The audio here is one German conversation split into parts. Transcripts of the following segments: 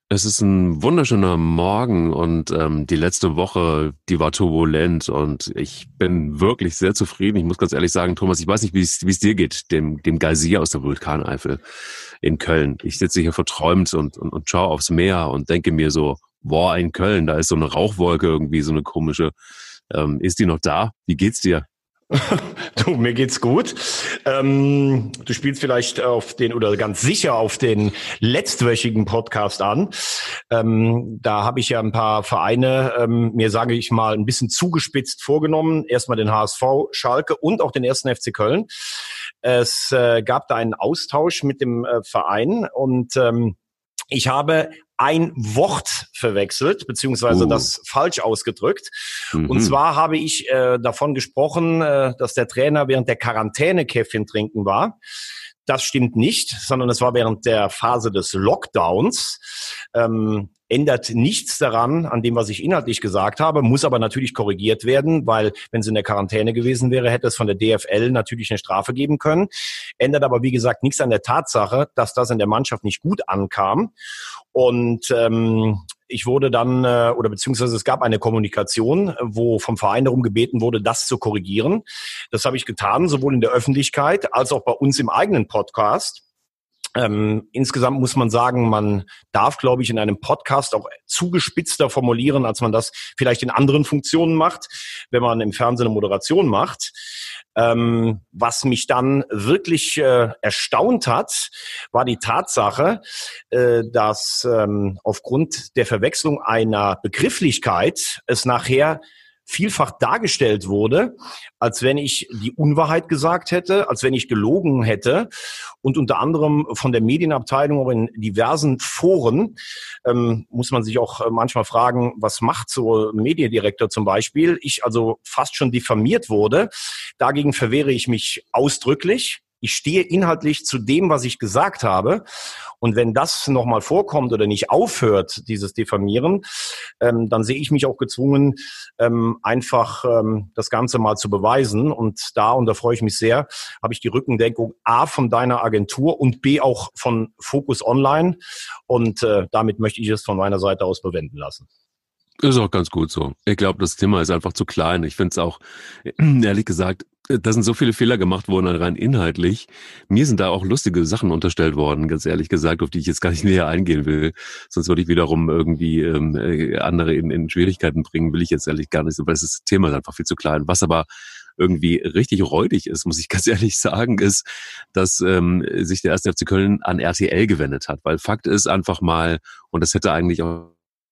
Es ist ein wunderschöner Morgen und die letzte Woche, die war turbulent und ich bin wirklich sehr zufrieden. Ich muss ganz ehrlich sagen, Thomas, ich weiß nicht, wie es dir geht, dem Geysir aus der Vulkaneifel in Köln. Ich sitze hier verträumt und schaue aufs Meer und denke mir so, boah, in Köln, da ist so eine Rauchwolke irgendwie, so eine komische. Ist die noch da? Wie geht's dir? Du, mir geht's gut. Du spielst vielleicht auf den oder ganz sicher auf den letztwöchigen Podcast an. Da habe ich ja ein paar Vereine mir, sage ich mal, ein bisschen zugespitzt vorgenommen. Erstmal den HSV, Schalke und auch den ersten FC Köln. Es gab da einen Austausch mit dem Verein und ich habe ein Wort verwechselt, beziehungsweise Uh, das falsch ausgedrückt. Und mhm. zwar habe ich davon gesprochen, dass der Trainer während der Quarantäne Käffchen trinken war. Das stimmt nicht, sondern es war während der Phase des Lockdowns. Ändert nichts daran, an dem, was ich inhaltlich gesagt habe, muss aber natürlich korrigiert werden, weil wenn es in der Quarantäne gewesen wäre, hätte es von der DFL natürlich eine Strafe geben können. Ändert aber, wie gesagt, nichts an der Tatsache, dass das in der Mannschaft nicht gut ankam. Und ich wurde dann, oder beziehungsweise es gab eine Kommunikation, wo vom Verein darum gebeten wurde, das zu korrigieren. Das habe ich getan, sowohl in der Öffentlichkeit als auch bei uns im eigenen Podcast. Insgesamt muss man sagen, man darf, glaube ich, in einem Podcast auch zugespitzter formulieren, als man das vielleicht in anderen Funktionen macht, wenn man im Fernsehen eine Moderation macht. Was mich dann wirklich erstaunt hat, war die Tatsache, dass aufgrund der Verwechslung einer Begrifflichkeit es nachher vielfach dargestellt wurde, als wenn ich die Unwahrheit gesagt hätte, als wenn ich gelogen hätte und unter anderem von der Medienabteilung auch in diversen Foren muss man sich auch manchmal fragen, was macht so ein Mediendirektor zum Beispiel? Ich also fast schon diffamiert wurde. Dagegen verwehre ich mich ausdrücklich. Ich stehe inhaltlich zu dem, was ich gesagt habe. Und wenn das nochmal vorkommt oder nicht aufhört, dieses Diffamieren, dann sehe ich mich auch gezwungen, einfach das Ganze mal zu beweisen. Und da freue ich mich sehr, habe ich die Rückendeckung A von deiner Agentur und B auch von Focus Online. Und damit möchte ich es von meiner Seite aus bewenden lassen. Ist auch ganz gut so. Ich glaube, das Thema ist einfach zu klein. Ich finde es auch, ehrlich gesagt, da sind so viele Fehler gemacht worden, rein inhaltlich. Mir sind da auch lustige Sachen unterstellt worden, ganz ehrlich gesagt, auf die ich jetzt gar nicht näher eingehen will. Sonst würde ich wiederum irgendwie andere in Schwierigkeiten bringen, will ich jetzt ehrlich gar nicht so, weil das Thema ist einfach viel zu klein. Was aber irgendwie richtig räudig ist, muss ich ganz ehrlich sagen, ist, dass sich der 1. FC Köln an RTL gewendet hat. Weil Fakt ist einfach mal, und das hätte eigentlich auch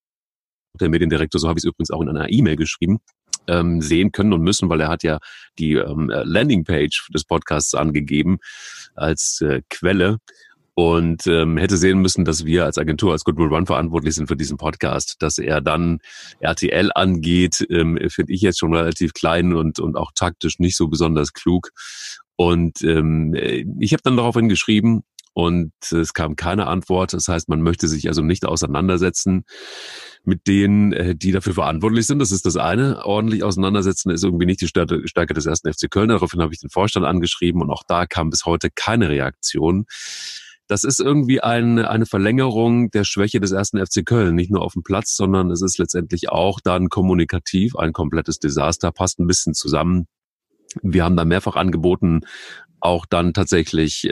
der Mediendirektor, so habe ich es übrigens auch in einer E-Mail geschrieben, sehen können und müssen, weil er hat ja die Landingpage des Podcasts angegeben als Quelle und hätte sehen müssen, dass wir als Agentur, als Good Will Run verantwortlich sind für diesen Podcast. Dass er dann RTL angeht, finde ich jetzt schon relativ klein und auch taktisch nicht so besonders klug. Und ich habe dann daraufhin geschrieben, und es kam keine Antwort. Das heißt, man möchte sich also nicht auseinandersetzen mit denen, die dafür verantwortlich sind. Das ist das eine. Ordentlich auseinandersetzen ist irgendwie nicht die Stärke des 1. FC Köln. Daraufhin habe ich den Vorstand angeschrieben und auch da kam bis heute keine Reaktion. Das ist irgendwie eine Verlängerung der Schwäche des 1. FC Köln. Nicht nur auf dem Platz, sondern es ist letztendlich auch dann kommunikativ ein komplettes Desaster. Passt ein bisschen zusammen. Wir haben da mehrfach angeboten, auch dann tatsächlich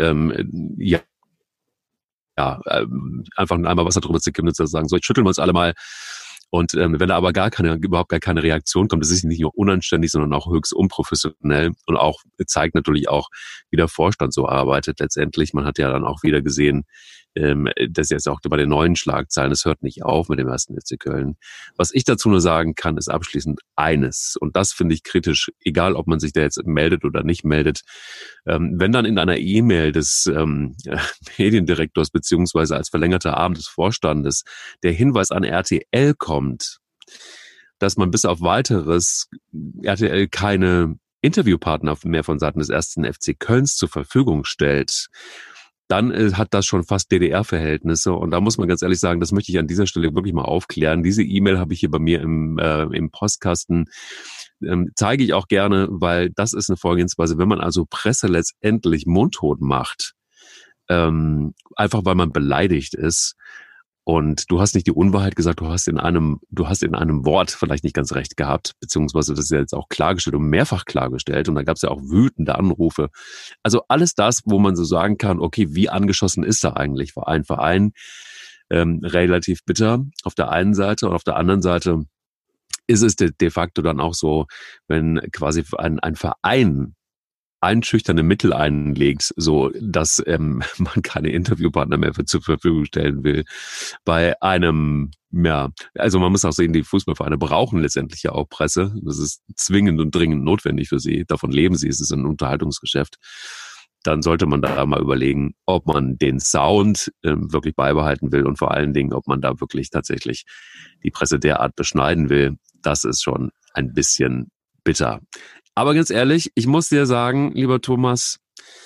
einfach einmal Wasser drüber zu kippen und zu sagen, so, jetzt schütteln wir uns alle mal. Und wenn da aber überhaupt gar keine Reaktion kommt, das ist nicht nur unanständig, sondern auch höchst unprofessionell und auch zeigt natürlich auch, wie der Vorstand so arbeitet letztendlich. Man hat ja dann auch wieder gesehen, das jetzt auch bei den neuen Schlagzeilen, es hört nicht auf mit dem 1. FC Köln. Was ich dazu nur sagen kann, ist abschließend eines. Und das finde ich kritisch, egal ob man sich da jetzt meldet oder nicht meldet. Wenn dann in einer E-Mail des Mediendirektors beziehungsweise als verlängerter Arm des Vorstandes der Hinweis an RTL kommt, dass man bis auf weiteres RTL keine Interviewpartner mehr von Seiten des 1. FC Kölns zur Verfügung stellt, dann hat das schon fast DDR-Verhältnisse. Und da muss man ganz ehrlich sagen, das möchte ich an dieser Stelle wirklich mal aufklären. Diese E-Mail habe ich hier bei mir im Postkasten. Zeige ich auch gerne, weil das ist eine Vorgehensweise, wenn man also Presse letztendlich mundtot macht, einfach weil man beleidigt ist, Und du hast nicht die Unwahrheit gesagt, du hast in einem Wort vielleicht nicht ganz recht gehabt, beziehungsweise das ist ja jetzt auch klargestellt und mehrfach klargestellt. Und da gab es ja auch wütende Anrufe. Also alles das, wo man so sagen kann, okay, wie angeschossen ist er eigentlich? War ein Verein relativ bitter auf der einen Seite und auf der anderen Seite ist es de facto dann auch so, wenn quasi ein Verein einschüchternde Mittel einlegt, so dass man keine Interviewpartner mehr zur Verfügung stellen will. Bei einem, ja, also man muss auch sehen, die Fußballvereine brauchen letztendlich ja auch Presse. Das ist zwingend und dringend notwendig für sie. Davon leben sie. Es ist ein Unterhaltungsgeschäft. Dann sollte man da mal überlegen, ob man den Sound wirklich beibehalten will und vor allen Dingen, ob man da wirklich tatsächlich die Presse derart beschneiden will. Das ist schon ein bisschen bitter. Aber ganz ehrlich, ich muss dir sagen, lieber Thomas,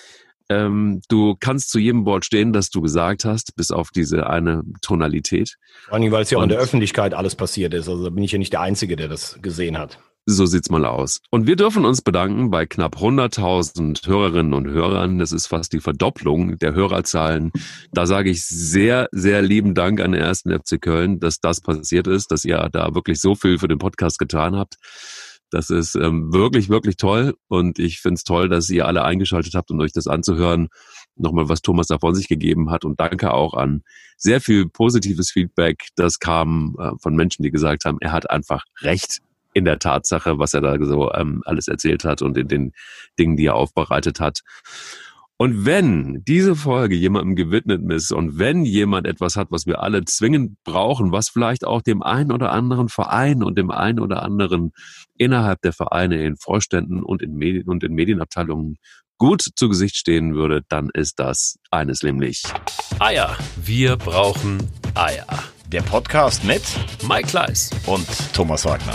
du kannst zu jedem Wort stehen, das du gesagt hast, bis auf diese eine Tonalität. Vor allem, weil es ja auch in der Öffentlichkeit alles passiert ist. Also da bin ich ja nicht der Einzige, der das gesehen hat. So sieht's mal aus. Und wir dürfen uns bedanken bei knapp 100.000 Hörerinnen und Hörern. Das ist fast die Verdopplung der Hörerzahlen. Da sage ich sehr, sehr lieben Dank an den 1. FC Köln, dass das passiert ist, dass ihr da wirklich so viel für den Podcast getan habt. Das ist wirklich, wirklich toll. Und ich finde es toll, dass ihr alle eingeschaltet habt, um euch das anzuhören. Nochmal, was Thomas da von sich gegeben hat. Und danke auch an sehr viel positives Feedback. Das kam von Menschen, die gesagt haben, er hat einfach recht in der Tatsache, was er da so alles erzählt hat und in den Dingen, die er aufbereitet hat. Und wenn diese Folge jemandem gewidmet ist und wenn jemand etwas hat, was wir alle zwingend brauchen, was vielleicht auch dem einen oder anderen Verein und dem einen oder anderen innerhalb der Vereine, in Vorständen und in Medien und in Medienabteilungen gut zu Gesicht stehen würde, dann ist das eines, nämlich Eier. Wir brauchen Eier. Der Podcast mit Mike Kleiss und Thomas Wagner.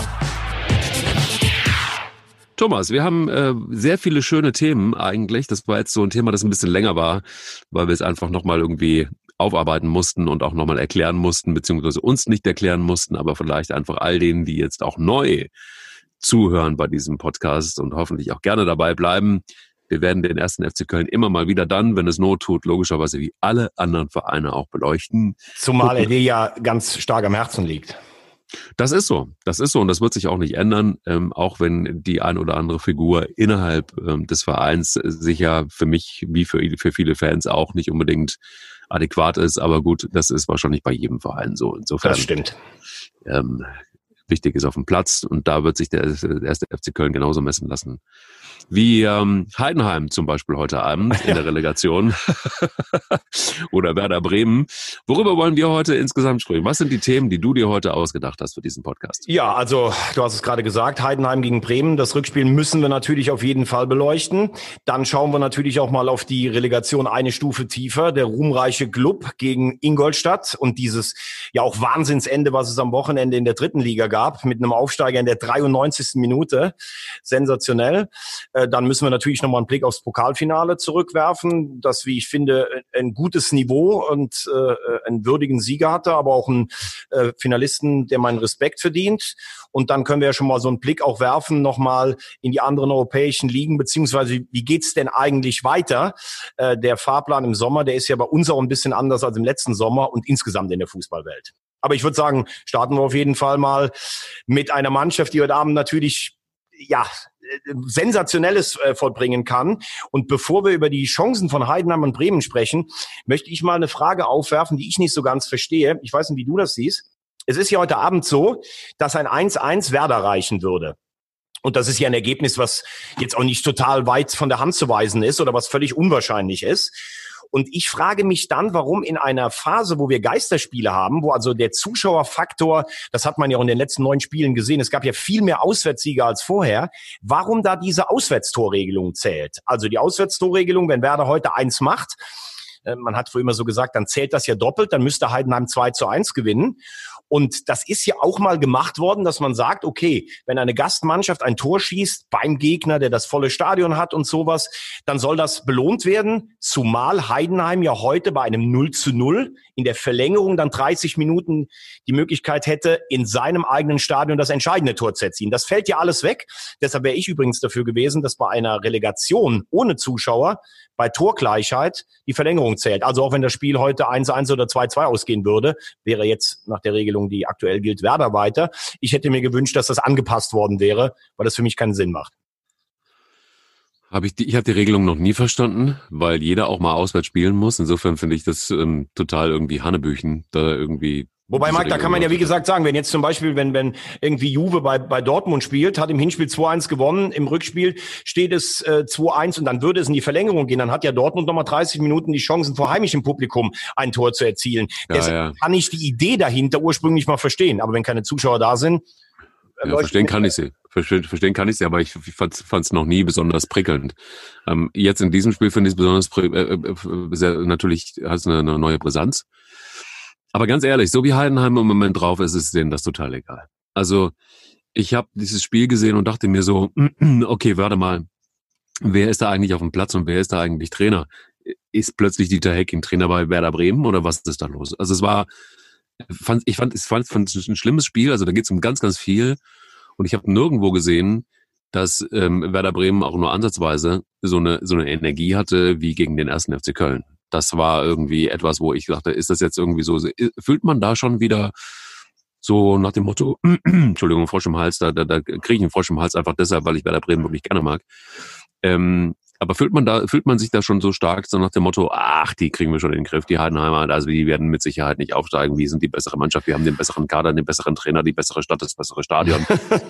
Thomas, wir haben sehr viele schöne Themen eigentlich. Das war jetzt so ein Thema, das ein bisschen länger war, weil wir es einfach nochmal irgendwie aufarbeiten mussten und auch nochmal erklären mussten, beziehungsweise uns nicht erklären mussten, aber vielleicht einfach all denen, die jetzt auch neu zuhören bei diesem Podcast und hoffentlich auch gerne dabei bleiben. Wir werden den 1. FC Köln immer mal wieder dann, wenn es Not tut, logischerweise wie alle anderen Vereine auch beleuchten. Zumal er dir ja ganz stark am Herzen liegt. Das ist so und das wird sich auch nicht ändern, auch wenn die ein oder andere Figur innerhalb des Vereins sicher für mich wie für viele Fans auch nicht unbedingt adäquat ist, aber gut, das ist wahrscheinlich bei jedem Verein so. Insofern, das stimmt. Wichtig ist auf dem Platz und da wird sich der 1. FC Köln genauso messen lassen. Wie Heidenheim zum Beispiel heute Abend in der Relegation oder Werder Bremen. Worüber wollen wir heute insgesamt sprechen? Was sind die Themen, die du dir heute ausgedacht hast für diesen Podcast? Ja, also du hast es gerade gesagt, Heidenheim gegen Bremen. Das Rückspiel müssen wir natürlich auf jeden Fall beleuchten. Dann schauen wir natürlich auch mal auf die Relegation eine Stufe tiefer. Der ruhmreiche Club gegen Ingolstadt und dieses ja auch Wahnsinnsende, was es am Wochenende in der 3. Liga gab, mit einem Aufsteiger in der 93. Minute. Sensationell. Dann müssen wir natürlich nochmal einen Blick aufs Pokalfinale zurückwerfen, das, wie ich finde, ein gutes Niveau und einen würdigen Sieger hatte, aber auch einen Finalisten, der meinen Respekt verdient. Und dann können wir ja schon mal so einen Blick auch werfen, nochmal in die anderen europäischen Ligen, beziehungsweise wie geht's denn eigentlich weiter? Der Fahrplan im Sommer, der ist ja bei uns auch ein bisschen anders als im letzten Sommer und insgesamt in der Fußballwelt. Aber ich würde sagen, starten wir auf jeden Fall mal mit einer Mannschaft, die heute Abend natürlich ja Sensationelles vollbringen kann. Und bevor wir über die Chancen von Heidenheim und Bremen sprechen, möchte ich mal eine Frage aufwerfen, die ich nicht so ganz verstehe. Ich weiß nicht, wie du das siehst. Es ist ja heute Abend so, dass ein 1-1 Werder reichen würde. Und das ist ja ein Ergebnis, was jetzt auch nicht total weit von der Hand zu weisen ist oder was völlig unwahrscheinlich ist. Und ich frage mich dann, warum in einer Phase, wo wir Geisterspiele haben, wo also der Zuschauerfaktor, das hat man ja auch in den letzten 9 Spielen gesehen, es gab ja viel mehr Auswärtssieger als vorher, warum da diese Auswärtstorregelung zählt. Also die Auswärtstorregelung, wenn Werder heute 1 macht, man hat früher immer so gesagt, dann zählt das ja doppelt, dann müsste Heidenheim 2-1 gewinnen. Und das ist ja auch mal gemacht worden, dass man sagt, okay, wenn eine Gastmannschaft ein Tor schießt beim Gegner, der das volle Stadion hat und sowas, dann soll das belohnt werden, zumal Heidenheim ja heute bei einem 0-0 in der Verlängerung dann 30 Minuten die Möglichkeit hätte, in seinem eigenen Stadion das entscheidende Tor zu erzielen. Das fällt ja alles weg. Deshalb wäre ich übrigens dafür gewesen, dass bei einer Relegation ohne Zuschauer bei Torgleichheit die Verlängerung Verlängerung zählt. Also auch wenn das Spiel heute 1-1 oder 2-2 ausgehen würde, wäre jetzt nach der Regelung, die aktuell gilt, Werder weiter. Ich hätte mir gewünscht, dass das angepasst worden wäre, weil das für mich keinen Sinn macht. Ich habe die Regelung noch nie verstanden, weil jeder auch mal auswärts spielen muss. Insofern finde ich das total irgendwie Hanebüchen, da irgendwie. Wobei, Mike, da kann man ja wie gesagt sagen, wenn jetzt zum Beispiel, wenn irgendwie Juve bei Dortmund spielt, hat im Hinspiel 2-1 gewonnen, im Rückspiel steht es 2-1 und dann würde es in die Verlängerung gehen, dann hat ja Dortmund nochmal 30 Minuten die Chancen, vor heimischem Publikum ein Tor zu erzielen. Ja, Deshalb kann ich die Idee dahinter ursprünglich mal verstehen, aber wenn keine Zuschauer da sind... Ja, verstehen kann ich sie. Verstehen kann ich sie, aber ich fand es noch nie besonders prickelnd. Jetzt in diesem Spiel finde ich es besonders natürlich hat es eine neue Brisanz. Aber ganz ehrlich, so wie Heidenheim im Moment drauf ist, ist denen das total egal. Also ich habe dieses Spiel gesehen und dachte mir so, okay, warte mal, wer ist da eigentlich auf dem Platz und wer ist da eigentlich Trainer? Ist plötzlich Dieter Hecking Trainer bei Werder Bremen oder was ist da los? Also ich fand es ein schlimmes Spiel, also da geht es um ganz, ganz viel und ich habe nirgendwo gesehen, dass Werder Bremen auch nur ansatzweise so eine Energie hatte wie gegen den 1. FC Köln. Das war irgendwie etwas, wo ich dachte, ist das jetzt irgendwie so, fühlt man da schon wieder so nach dem Motto, Entschuldigung, Frosch im Hals, da kriege ich einen Frosch im Hals einfach deshalb, weil ich Werder Bremen wirklich gerne mag. Aber fühlt man sich da schon so stark, so nach dem Motto, ach, die kriegen wir schon in den Griff, die Heidenheimer, also die werden mit Sicherheit nicht aufsteigen, wir sind die bessere Mannschaft, wir haben den besseren Kader, den besseren Trainer, die bessere Stadt, das bessere Stadion.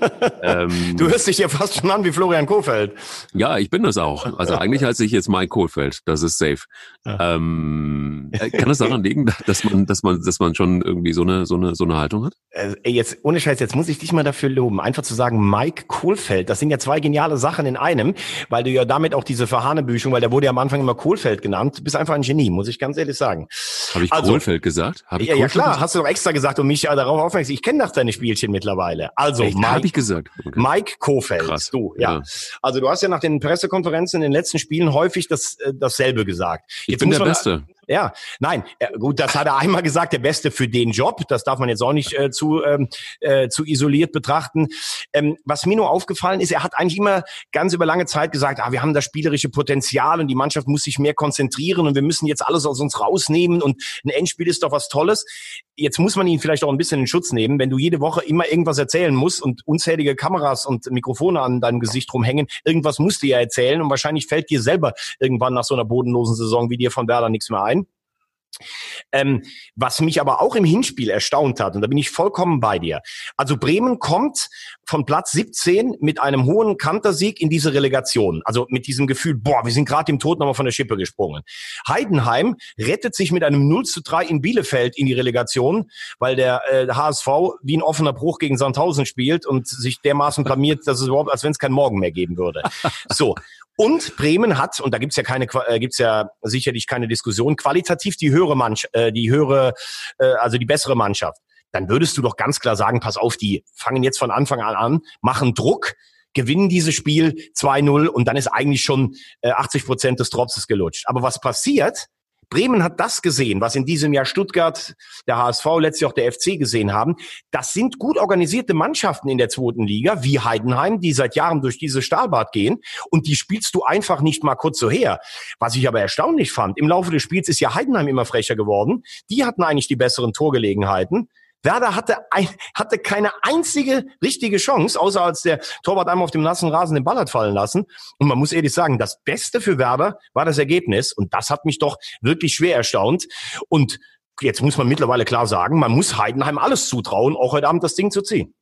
Du hörst dich ja fast schon an wie Florian Kohfeldt. Ja, ich bin das auch. Also eigentlich heiße ich jetzt Mike Kohfeldt, das ist safe. Ja. Kann es daran liegen, dass man schon irgendwie so eine Haltung hat? Jetzt, ohne Scheiß, jetzt muss ich dich mal dafür loben, einfach zu sagen, Mike Kohfeldt, das sind ja zwei geniale Sachen in einem, weil du ja damit auch diese Verhanebüchung, weil der wurde ja am Anfang immer Kohlfeld genannt. Du bist einfach ein Genie, muss ich ganz ehrlich sagen. Habe ich Kohlfeld gesagt? Ja, klar, hast du doch extra gesagt, um mich darauf aufmerksam. Ich kenne doch deine Spielchen mittlerweile. Also, habe ich gesagt. Okay. Mike Kohfeldt. Krass. Du, ja. Also du hast ja nach den Pressekonferenzen in den letzten Spielen häufig dasselbe gesagt. Ich bin der Beste. Ja, nein, gut, das hat er einmal gesagt, der Beste für den Job. Das darf man jetzt auch nicht zu isoliert betrachten. Was mir nur aufgefallen ist, er hat eigentlich immer ganz über lange Zeit gesagt, wir haben das spielerische Potenzial und die Mannschaft muss sich mehr konzentrieren und wir müssen jetzt alles aus uns rausnehmen und ein Endspiel ist doch was Tolles. Jetzt muss man ihn vielleicht auch ein bisschen in Schutz nehmen, wenn du jede Woche immer irgendwas erzählen musst und unzählige Kameras und Mikrofone an deinem Gesicht rumhängen. Irgendwas musst du ja erzählen und wahrscheinlich fällt dir selber irgendwann nach so einer bodenlosen Saison wie dir von Werder nichts mehr ein. Was mich aber auch im Hinspiel erstaunt hat, und da bin ich vollkommen bei dir. Also Bremen kommt von Platz 17 mit einem hohen Kantersieg in diese Relegation. Also mit diesem Gefühl, wir sind gerade im Tod nochmal von der Schippe gesprungen. Heidenheim rettet sich mit einem 0-3 in Bielefeld in die Relegation, weil der HSV wie ein offener Bruch gegen Sandhausen spielt und sich dermaßen blamiert, dass es überhaupt, als wenn es keinen Morgen mehr geben würde. So. Und Bremen hat, und da gibt's ja sicherlich keine Diskussion, qualitativ die bessere Mannschaft. Dann würdest du doch ganz klar sagen, pass auf, die fangen jetzt von Anfang an, machen Druck, gewinnen dieses Spiel 2-0 und dann ist eigentlich schon 80% des Dropses gelutscht. Aber was passiert? Bremen hat das gesehen, was in diesem Jahr Stuttgart, der HSV, letztlich auch der FC gesehen haben. Das sind gut organisierte Mannschaften in der zweiten Liga, wie Heidenheim, die seit Jahren durch dieses Stahlbad gehen. Und die spielst du einfach nicht mal kurz so her. Was ich aber erstaunlich fand, im Laufe des Spiels ist ja Heidenheim immer frecher geworden. Die hatten eigentlich die besseren Torgelegenheiten. Werder hatte keine einzige richtige Chance, außer als der Torwart einmal auf dem nassen Rasen den Ball hat fallen lassen. Und man muss ehrlich sagen, das Beste für Werder war das Ergebnis. Und das hat mich doch wirklich schwer erstaunt. Und jetzt muss man mittlerweile klar sagen, man muss Heidenheim alles zutrauen, auch heute Abend das Ding zu ziehen.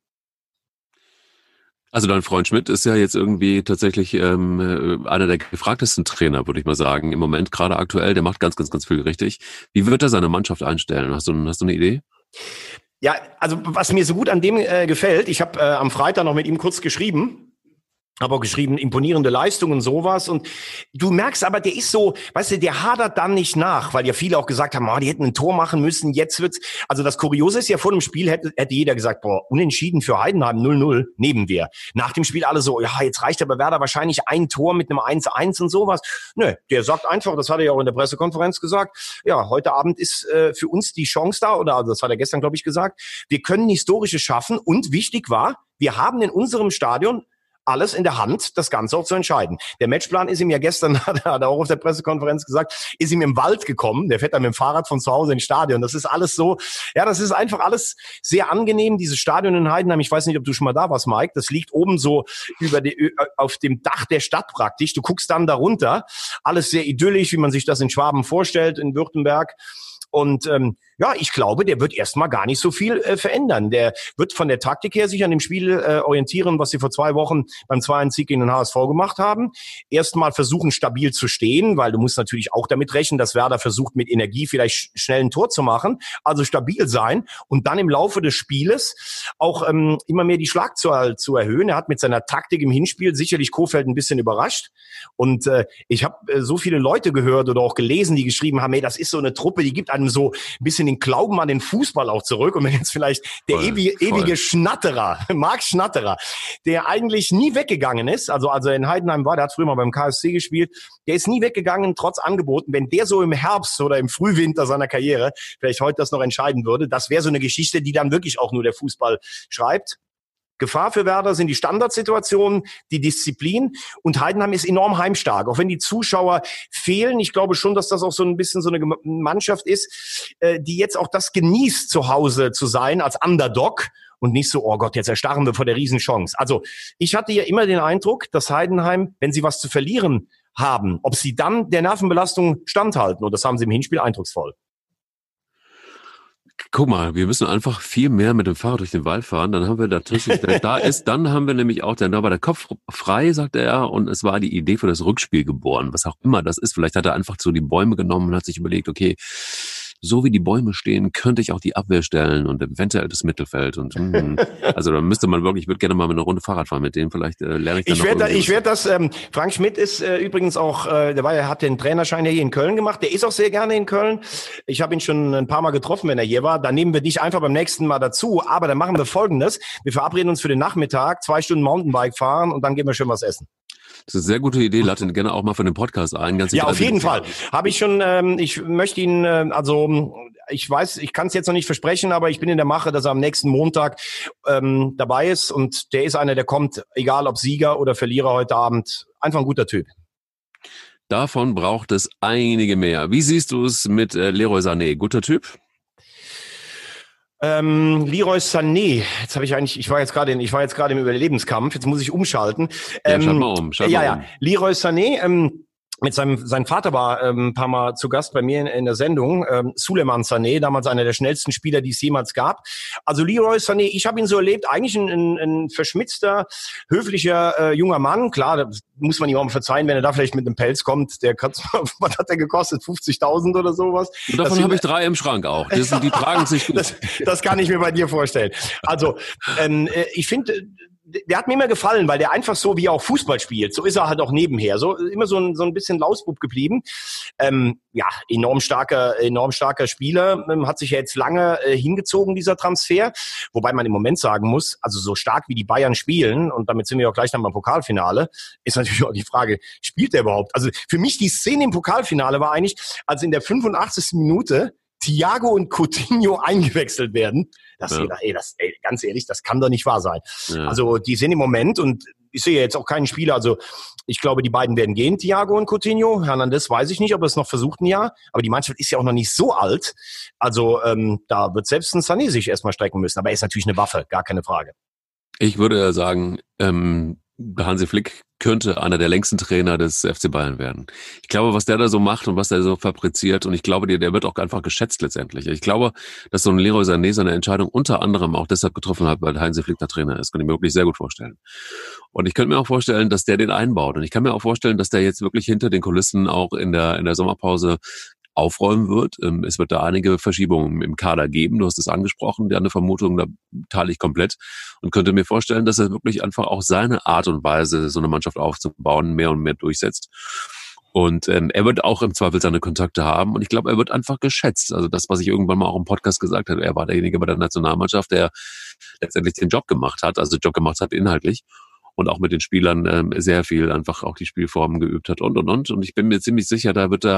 Also dein Freund Schmidt ist ja jetzt irgendwie tatsächlich einer der gefragtesten Trainer, würde ich mal sagen, im Moment, gerade aktuell. Der macht ganz, ganz, ganz viel richtig. Wie wird er seine Mannschaft einstellen? Hast du eine Idee? Ja, also was mir so gut an dem gefällt, ich habe am Freitag noch mit ihm kurz geschrieben, habe auch geschrieben, imponierende Leistung und sowas. Und du merkst aber, der ist so, weißt du, der hadert dann nicht nach, weil ja viele auch gesagt haben, die hätten ein Tor machen müssen, jetzt wird's. Also das Kuriose ist ja, vor dem Spiel hätte jeder gesagt, unentschieden für Heidenheim, 0-0, nehmen wir. Nach dem Spiel alle so, jetzt reicht aber Werder wahrscheinlich ein Tor mit einem 1-1 und sowas. Nö, der sagt einfach, das hat er ja auch in der Pressekonferenz gesagt, ja, heute Abend ist für uns die Chance da, oder also das hat er gestern, glaube ich, gesagt, wir können Historisches schaffen und wichtig war, wir haben in unserem Stadion alles in der Hand, das Ganze auch zu entscheiden. Der Matchplan ist ihm ja gestern, hat er auch auf der Pressekonferenz gesagt, ist ihm im Wald gekommen. Der fährt dann mit dem Fahrrad von zu Hause ins Stadion. Das ist alles so, ja, das ist einfach alles sehr angenehm. Dieses Stadion in Heidenheim, ich weiß nicht, ob du schon mal da warst, Mike, das liegt oben so auf dem Dach der Stadt praktisch. Du guckst dann da runter. Alles sehr idyllisch, wie man sich das in Schwaben vorstellt, in Württemberg. Und ja, ich glaube, der wird erstmal gar nicht so viel verändern. Der wird von der Taktik her sich an dem Spiel orientieren, was sie vor 2 Wochen beim 2-1-Sieg gegen den HSV gemacht haben. Erstmal versuchen, stabil zu stehen, weil du musst natürlich auch damit rechnen, dass Werder versucht, mit Energie vielleicht schnell ein Tor zu machen. Also stabil sein und dann im Laufe des Spieles auch immer mehr die Schlagzahl zu erhöhen. Er hat mit seiner Taktik im Hinspiel sicherlich Kohfeldt ein bisschen überrascht. Und ich habe so viele Leute gehört oder auch gelesen, die geschrieben haben, hey, das ist so eine Truppe, die gibt einem so ein bisschen den Glauben an den Fußball auch zurück. Und wenn jetzt vielleicht der ewige Schnatterer, Marc Schnatterer, der eigentlich nie weggegangen ist, also als er in Heidenheim war, der hat früher mal beim KSC gespielt, der ist nie weggegangen, trotz Angeboten. Wenn der so im Herbst oder im Frühwinter seiner Karriere vielleicht heute das noch entscheiden würde, das wäre so eine Geschichte, die dann wirklich auch nur der Fußball schreibt. Gefahr für Werder sind die Standardsituationen, die Disziplin, und Heidenheim ist enorm heimstark. Auch wenn die Zuschauer fehlen, ich glaube schon, dass das auch so ein bisschen so eine Mannschaft ist, die jetzt auch das genießt, zu Hause zu sein als Underdog und nicht so, oh Gott, jetzt erstarren wir vor der Riesenchance. Also ich hatte ja immer den Eindruck, dass Heidenheim, wenn sie was zu verlieren haben, ob sie dann der Nervenbelastung standhalten, und das haben sie im Hinspiel eindrucksvoll. Guck mal, wir müssen einfach viel mehr mit dem Fahrrad durch den Wald fahren, dann haben wir dann haben wir nämlich auch, da war der Kopf frei, sagte er, und es war die Idee für das Rückspiel geboren, was auch immer das ist. Vielleicht hat er einfach so die Bäume genommen und hat sich überlegt, okay, so wie die Bäume stehen, könnte ich auch die Abwehr stellen und eventuell das Mittelfeld. Und also da müsste man wirklich, ich würde gerne mal eine Runde Fahrrad fahren mit denen, vielleicht lerne ich dann Ich werde das, Frank Schmidt ist übrigens auch, hat den Trainerschein hier in Köln gemacht, der ist auch sehr gerne in Köln. Ich habe ihn schon ein paar Mal getroffen, wenn er hier war. Dann nehmen wir dich einfach beim nächsten Mal dazu, aber dann machen wir Folgendes: Wir verabreden uns für den Nachmittag, 2 Stunden Mountainbike fahren und dann gehen wir schön was essen. Das ist eine sehr gute Idee. Lade ihn gerne auch mal für den Podcast ein. Ja, auf jeden Fall. Habe ich schon, ich möchte ihn, ich weiß, ich kann es jetzt noch nicht versprechen, aber ich bin in der Mache, dass er am nächsten Montag dabei ist, und der ist einer, der kommt, egal ob Sieger oder Verlierer heute Abend, einfach ein guter Typ. Davon braucht es einige mehr. Wie siehst du es mit Leroy Sané? Guter Typ? Leroy Sané, ich war jetzt gerade im Überlebenskampf, jetzt muss ich umschalten. Schalt mal um. Leroy Sané, sein Vater war ein paar Mal zu Gast bei mir in der Sendung, Souleymane Sané, damals einer der schnellsten Spieler, die es jemals gab. Also Leroy Sané, ich habe ihn so erlebt, eigentlich ein verschmitzter, höflicher junger Mann. Klar, da muss man ihm auch mal verzeihen, wenn er da vielleicht mit einem Pelz kommt. Was hat der gekostet? 50.000 oder sowas? Und davon habe ich 3 im Schrank auch. Die tragen sich gut. Das kann ich mir bei dir vorstellen. Also ich finde, der hat mir immer gefallen, weil der einfach so, wie er auch Fußball spielt, so ist er halt auch nebenher. So immer so ein bisschen Lausbub geblieben. Enorm starker Spieler, hat sich ja jetzt lange hingezogen, dieser Transfer. Wobei man im Moment sagen muss, also so stark wie die Bayern spielen, und damit sind wir auch gleich dann beim Pokalfinale, ist natürlich auch die Frage, spielt der überhaupt? Also für mich die Szene im Pokalfinale war eigentlich, als in der 85. Minute Thiago und Coutinho eingewechselt werden. Ganz ehrlich, das kann doch nicht wahr sein. Ja. Also die sind im Moment, und ich sehe jetzt auch keinen Spieler, also ich glaube, die beiden werden gehen, Thiago und Coutinho. Hernandez weiß ich nicht, ob er es noch versucht ein Jahr, aber die Mannschaft ist ja auch noch nicht so alt. Also da wird selbst ein Sané sich erstmal strecken müssen, aber er ist natürlich eine Waffe, gar keine Frage. Ich würde sagen, Hansi Flick könnte einer der längsten Trainer des FC Bayern werden. Ich glaube, was der da so macht und was der so fabriziert, und ich glaube, der wird auch einfach geschätzt letztendlich. Ich glaube, dass so ein Leroy Sané seine Entscheidung unter anderem auch deshalb getroffen hat, weil Hansi Flick der Trainer ist. Kann ich mir wirklich sehr gut vorstellen. Und ich könnte mir auch vorstellen, dass der den einbaut. Und ich kann mir auch vorstellen, dass der jetzt wirklich hinter den Kulissen auch in der Sommerpause aufräumen wird. Es wird da einige Verschiebungen im Kader geben. Du hast es angesprochen, eine Vermutung, da teile ich komplett, und könnte mir vorstellen, dass er wirklich einfach auch seine Art und Weise, so eine Mannschaft aufzubauen, mehr und mehr durchsetzt. Und er wird auch im Zweifel seine Kontakte haben, und ich glaube, er wird einfach geschätzt. Also das, was ich irgendwann mal auch im Podcast gesagt habe, er war derjenige bei der Nationalmannschaft, der letztendlich den Job gemacht hat, inhaltlich. Und auch mit den Spielern sehr viel einfach auch die Spielformen geübt hat und. Und ich bin mir ziemlich sicher, da wird er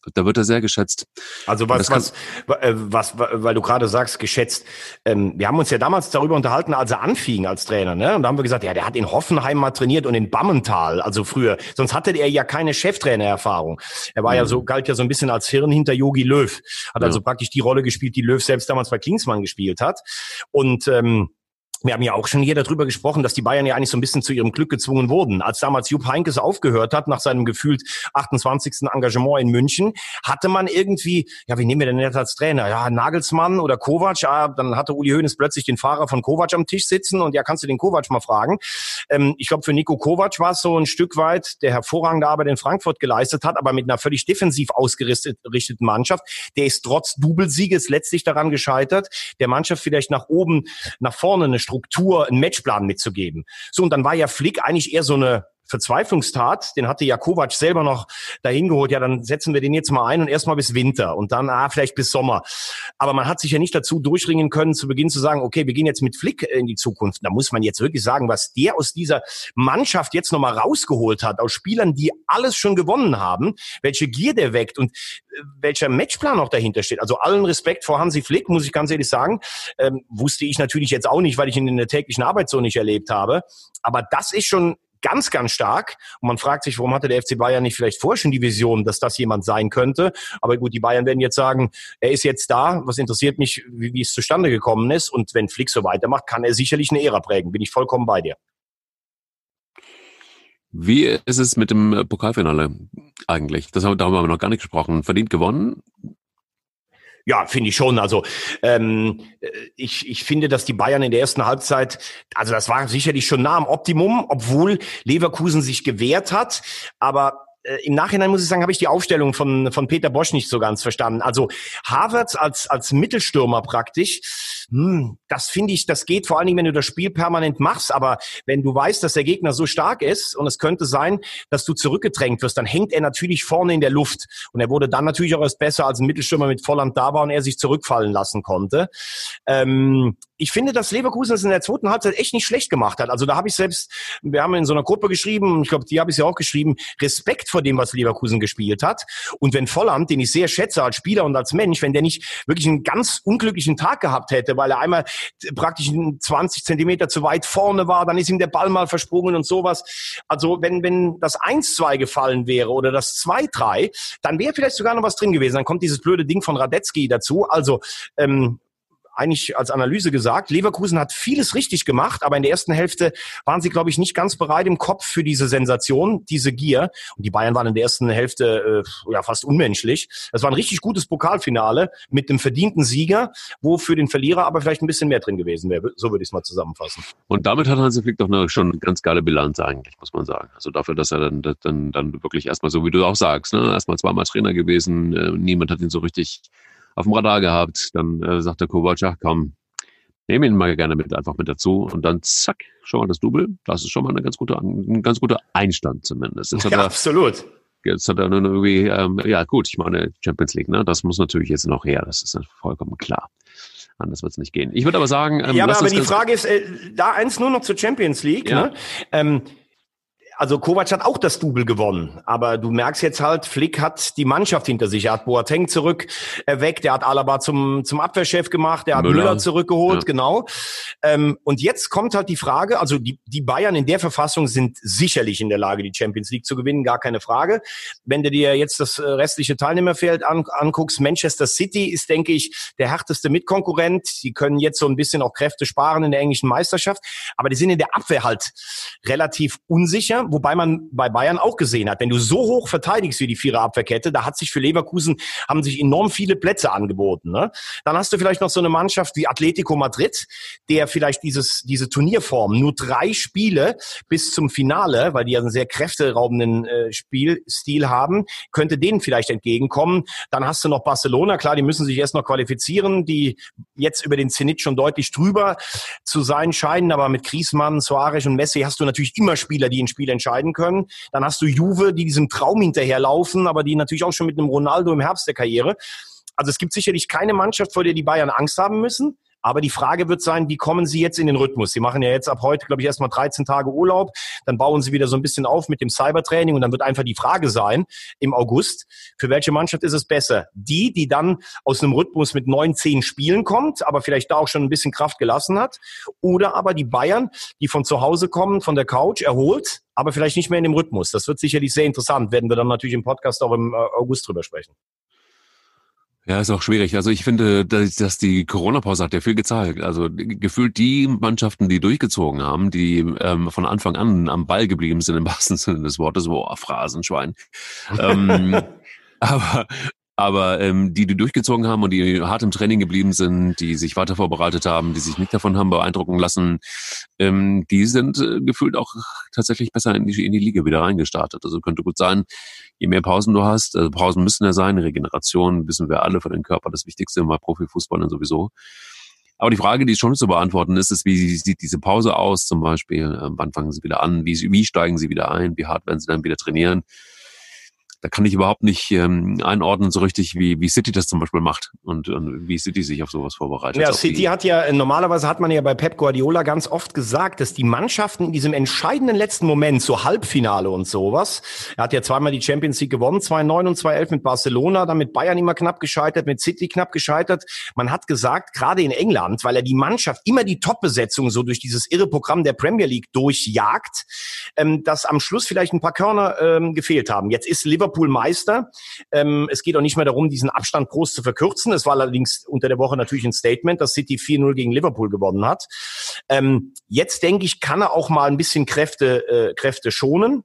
Da wird er sehr geschätzt. Also weil du gerade sagst, geschätzt. Wir haben uns ja damals darüber unterhalten, als er anfing als Trainer, ne? Und da haben wir gesagt, ja, der hat in Hoffenheim mal trainiert und in Bammental, also früher. Sonst hatte er ja keine Cheftrainererfahrung. Er war galt ja so ein bisschen als Hirn hinter Jogi Löw. Hat also praktisch die Rolle gespielt, die Löw selbst damals bei Klinsmann gespielt hat. Und wir haben ja auch schon hier darüber gesprochen, dass die Bayern ja eigentlich so ein bisschen zu ihrem Glück gezwungen wurden. Als damals Jupp Heynckes aufgehört hat, nach seinem gefühlt 28. Engagement in München, hatte man irgendwie, ja, wie nehmen wir denn jetzt als Trainer? Ja, Nagelsmann oder Kovac, ja, dann hatte Uli Hoeneß plötzlich den Fahrer von Kovac am Tisch sitzen und ja, kannst du den Kovac mal fragen. Ich glaube, für Niko Kovac war es so ein Stück weit, der hervorragende Arbeit in Frankfurt geleistet hat, aber mit einer völlig defensiv ausgerichteten Mannschaft. Der ist trotz Doublesieges letztlich daran gescheitert, der Mannschaft vielleicht nach oben, nach vorne eine Struktur, einen Matchplan mitzugeben. So, und dann war ja Flick eigentlich eher so eine Verzweiflungstat, den hatte ja Kovac selber noch dahin geholt, ja, dann setzen wir den jetzt mal ein und erstmal bis Winter und dann vielleicht bis Sommer. Aber man hat sich ja nicht dazu durchringen können, zu Beginn zu sagen, okay, wir gehen jetzt mit Flick in die Zukunft. Da muss man jetzt wirklich sagen, was der aus dieser Mannschaft jetzt nochmal rausgeholt hat, aus Spielern, die alles schon gewonnen haben, welche Gier der weckt und welcher Matchplan auch dahinter steht. Also allen Respekt vor Hansi Flick, muss ich ganz ehrlich sagen. Wusste ich natürlich jetzt auch nicht, weil ich ihn in der täglichen Arbeit so nicht erlebt habe. Aber das ist schon ganz, ganz stark. Und man fragt sich, warum hatte der FC Bayern nicht vielleicht vorher schon die Vision, dass das jemand sein könnte. Aber gut, die Bayern werden jetzt sagen, er ist jetzt da. Was interessiert mich, wie es zustande gekommen ist. Und wenn Flick so weitermacht, kann er sicherlich eine Ära prägen. Bin ich vollkommen bei dir. Wie ist es mit dem Pokalfinale eigentlich? Darüber haben wir noch gar nicht gesprochen. Verdient gewonnen? Ja, finde ich schon. Also ich finde, dass die Bayern in der ersten Halbzeit, also das war sicherlich schon nah am Optimum, obwohl Leverkusen sich gewehrt hat. Aber im Nachhinein muss ich sagen, habe ich die Aufstellung von Peter Bosz nicht so ganz verstanden. Also Havertz als Mittelstürmer praktisch, das finde ich, das geht vor allen Dingen, wenn du das Spiel permanent machst. Aber wenn du weißt, dass der Gegner so stark ist und es könnte sein, dass du zurückgedrängt wirst, dann hängt er natürlich vorne in der Luft. Und er wurde dann natürlich auch erst besser, als ein Mittelstürmer mit Volland da war und er sich zurückfallen lassen konnte. Ich finde, dass Leverkusen es in der zweiten Halbzeit echt nicht schlecht gemacht hat. Also da habe ich selbst, wir haben in so einer Gruppe geschrieben, ich glaube, die habe ich ja auch geschrieben, Respekt vor dem, was Leverkusen gespielt hat. Und wenn Volland, den ich sehr schätze als Spieler und als Mensch, wenn der nicht wirklich einen ganz unglücklichen Tag gehabt hätte, weil er einmal praktisch 20 Zentimeter zu weit vorne war, dann ist ihm der Ball mal versprungen und sowas. Also wenn das 1-2 gefallen wäre oder das 2-3, dann wäre vielleicht sogar noch was drin gewesen. Dann kommt dieses blöde Ding von Radetzky dazu. Also eigentlich als Analyse gesagt, Leverkusen hat vieles richtig gemacht, aber in der ersten Hälfte waren sie, glaube ich, nicht ganz bereit im Kopf für diese Sensation, diese Gier. Und die Bayern waren in der ersten Hälfte fast unmenschlich. Das war ein richtig gutes Pokalfinale mit dem verdienten Sieger, wo für den Verlierer aber vielleicht ein bisschen mehr drin gewesen wäre. So würde ich es mal zusammenfassen. Und damit hat Hansi Flick doch schon eine ganz geile Bilanz eigentlich, muss man sagen. Also dafür, dass er dann wirklich erstmal, so wie du auch sagst, ne, erstmal zweimal Trainer gewesen, niemand hat ihn so richtig auf dem Radar gehabt, dann sagt der Kovac, ach komm, nehmen ihn mal gerne einfach mit dazu und dann zack, schon mal das Double. Das ist schon mal ein ganz guter Einstand zumindest. Absolut. Jetzt hat er nur irgendwie, ja gut, ich meine Champions League, ne, das muss natürlich jetzt noch her, das ist vollkommen klar. Anders wird es nicht gehen. Ich würde aber sagen... ja, aber die Frage ist, da eins nur noch zur Champions League, ja. Ne? Also Kovac hat auch das Double gewonnen, aber du merkst jetzt halt, Flick hat die Mannschaft hinter sich. Er hat Boateng zurück erweckt, er hat Alaba zum Abwehrchef gemacht, er hat Müller zurückgeholt, genau. Und jetzt kommt halt die Frage, also die Bayern in der Verfassung sind sicherlich in der Lage, die Champions League zu gewinnen, gar keine Frage. Wenn du dir jetzt das restliche Teilnehmerfeld anguckst, Manchester City ist, denke ich, der härteste Mitkonkurrent. Die können jetzt so ein bisschen auch Kräfte sparen in der englischen Meisterschaft, aber die sind in der Abwehr halt relativ unsicher. Wobei man bei Bayern auch gesehen hat, wenn du so hoch verteidigst wie die Vierer-Abwehrkette, da hat sich für Leverkusen, haben sich enorm viele Plätze angeboten. Ne? Dann hast du vielleicht noch so eine Mannschaft wie Atletico Madrid, der vielleicht diese Turnierform, nur 3 Spiele bis zum Finale, weil die ja einen sehr kräfteraubenden Spielstil haben, könnte denen vielleicht entgegenkommen. Dann hast du noch Barcelona, klar, die müssen sich erst noch qualifizieren, die jetzt über den Zenit schon deutlich drüber zu sein scheinen, aber mit Griezmann, Suarez und Messi hast du natürlich immer Spieler, die ein Spiel entscheiden können. Dann hast du Juve, die diesem Traum hinterherlaufen, aber die natürlich auch schon mit einem Ronaldo im Herbst der Karriere. Also es gibt sicherlich keine Mannschaft, vor der die Bayern Angst haben müssen. Aber die Frage wird sein, wie kommen Sie jetzt in den Rhythmus? Sie machen ja jetzt ab heute, glaube ich, erstmal 13 Tage Urlaub. Dann bauen Sie wieder so ein bisschen auf mit dem Cybertraining. Und dann wird einfach die Frage sein, im August, für welche Mannschaft ist es besser? Die dann aus einem Rhythmus mit 9, 10 Spielen kommt, aber vielleicht da auch schon ein bisschen Kraft gelassen hat. Oder aber die Bayern, die von zu Hause kommen, von der Couch, erholt, aber vielleicht nicht mehr in dem Rhythmus. Das wird sicherlich sehr interessant. Werden wir dann natürlich im Podcast auch im August drüber sprechen. Ja, ist auch schwierig. Also ich finde, dass die Corona-Pause hat ja viel gezeigt. Also gefühlt die Mannschaften, die durchgezogen haben, die von Anfang an am Ball geblieben sind, im wahrsten Sinne des Wortes, Phrasenschwein. Aber die durchgezogen haben und die hart im Training geblieben sind, die sich weiter vorbereitet haben, die sich nicht davon haben beeindrucken lassen, die sind gefühlt auch tatsächlich besser in die Liga wieder reingestartet. Also könnte gut sein, je mehr Pausen du hast, also Pausen müssen ja sein, Regeneration wissen wir alle für den Körper, das Wichtigste bei Profifußballern sowieso. Aber die Frage, die schon zu beantworten ist, wie sieht diese Pause aus zum Beispiel? Wann fangen sie wieder an? Wie steigen sie wieder ein? Wie hart werden sie dann wieder trainieren? Da kann ich überhaupt nicht einordnen so richtig, wie City das zum Beispiel macht und wie City sich auf sowas vorbereitet. Ja, City hat ja, normalerweise hat man ja bei Pep Guardiola ganz oft gesagt, dass die Mannschaften in diesem entscheidenden letzten Moment, so Halbfinale und sowas, er hat ja zweimal die Champions League gewonnen, 2009 und 2011 mit Barcelona, dann mit Bayern immer knapp gescheitert, mit City knapp gescheitert. Man hat gesagt, gerade in England, weil er die Mannschaft immer die Top-Besetzung so durch dieses irre Programm der Premier League durchjagt, dass am Schluss vielleicht ein paar Körner gefehlt haben. Jetzt ist Liverpool Meister. Es geht auch nicht mehr darum, diesen Abstand groß zu verkürzen. Es war allerdings unter der Woche natürlich ein Statement, dass City 4-0 gegen Liverpool gewonnen hat. Jetzt denke ich, kann er auch mal ein bisschen Kräfte schonen.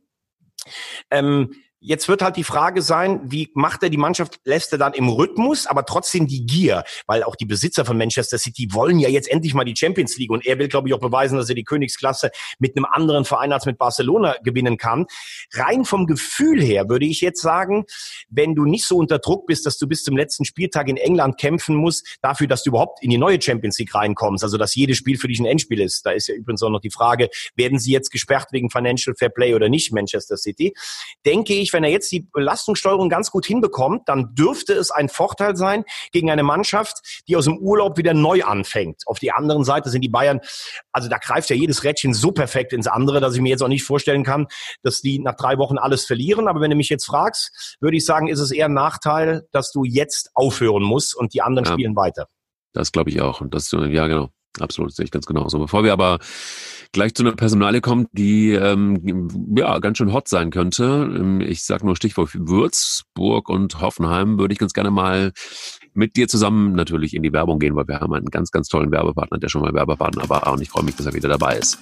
Jetzt wird halt die Frage sein, wie macht er die Mannschaft, lässt er dann im Rhythmus, aber trotzdem die Gier, weil auch die Besitzer von Manchester City wollen ja jetzt endlich mal die Champions League und er will, glaube ich, auch beweisen, dass er die Königsklasse mit einem anderen Verein als mit Barcelona gewinnen kann. Rein vom Gefühl her würde ich jetzt sagen, wenn du nicht so unter Druck bist, dass du bis zum letzten Spieltag in England kämpfen musst, dafür, dass du überhaupt in die neue Champions League reinkommst, also dass jedes Spiel für dich ein Endspiel ist. Da ist ja übrigens auch noch die Frage, werden sie jetzt gesperrt wegen Financial Fair Play oder nicht, Manchester City? Denke ich, wenn er jetzt die Belastungssteuerung ganz gut hinbekommt, dann dürfte es ein Vorteil sein gegen eine Mannschaft, die aus dem Urlaub wieder neu anfängt. Auf die anderen Seite sind die Bayern, also da greift ja jedes Rädchen so perfekt ins andere, dass ich mir jetzt auch nicht vorstellen kann, dass die nach 3 Wochen alles verlieren. Aber wenn du mich jetzt fragst, würde ich sagen, ist es eher ein Nachteil, dass du jetzt aufhören musst und die anderen spielen weiter. Das glaube ich auch. Und das, ja genau, absolut, sehe ich ganz genauso. Bevor wir aber gleich zu einer Personalie kommt, die ganz schön hot sein könnte. Ich sage nur Stichwort Würzburg und Hoffenheim, würde ich ganz gerne mal mit dir zusammen natürlich in die Werbung gehen, weil wir haben einen ganz, ganz tollen Werbepartner, der schon mal Werbepartner war und ich freue mich, dass er wieder dabei ist.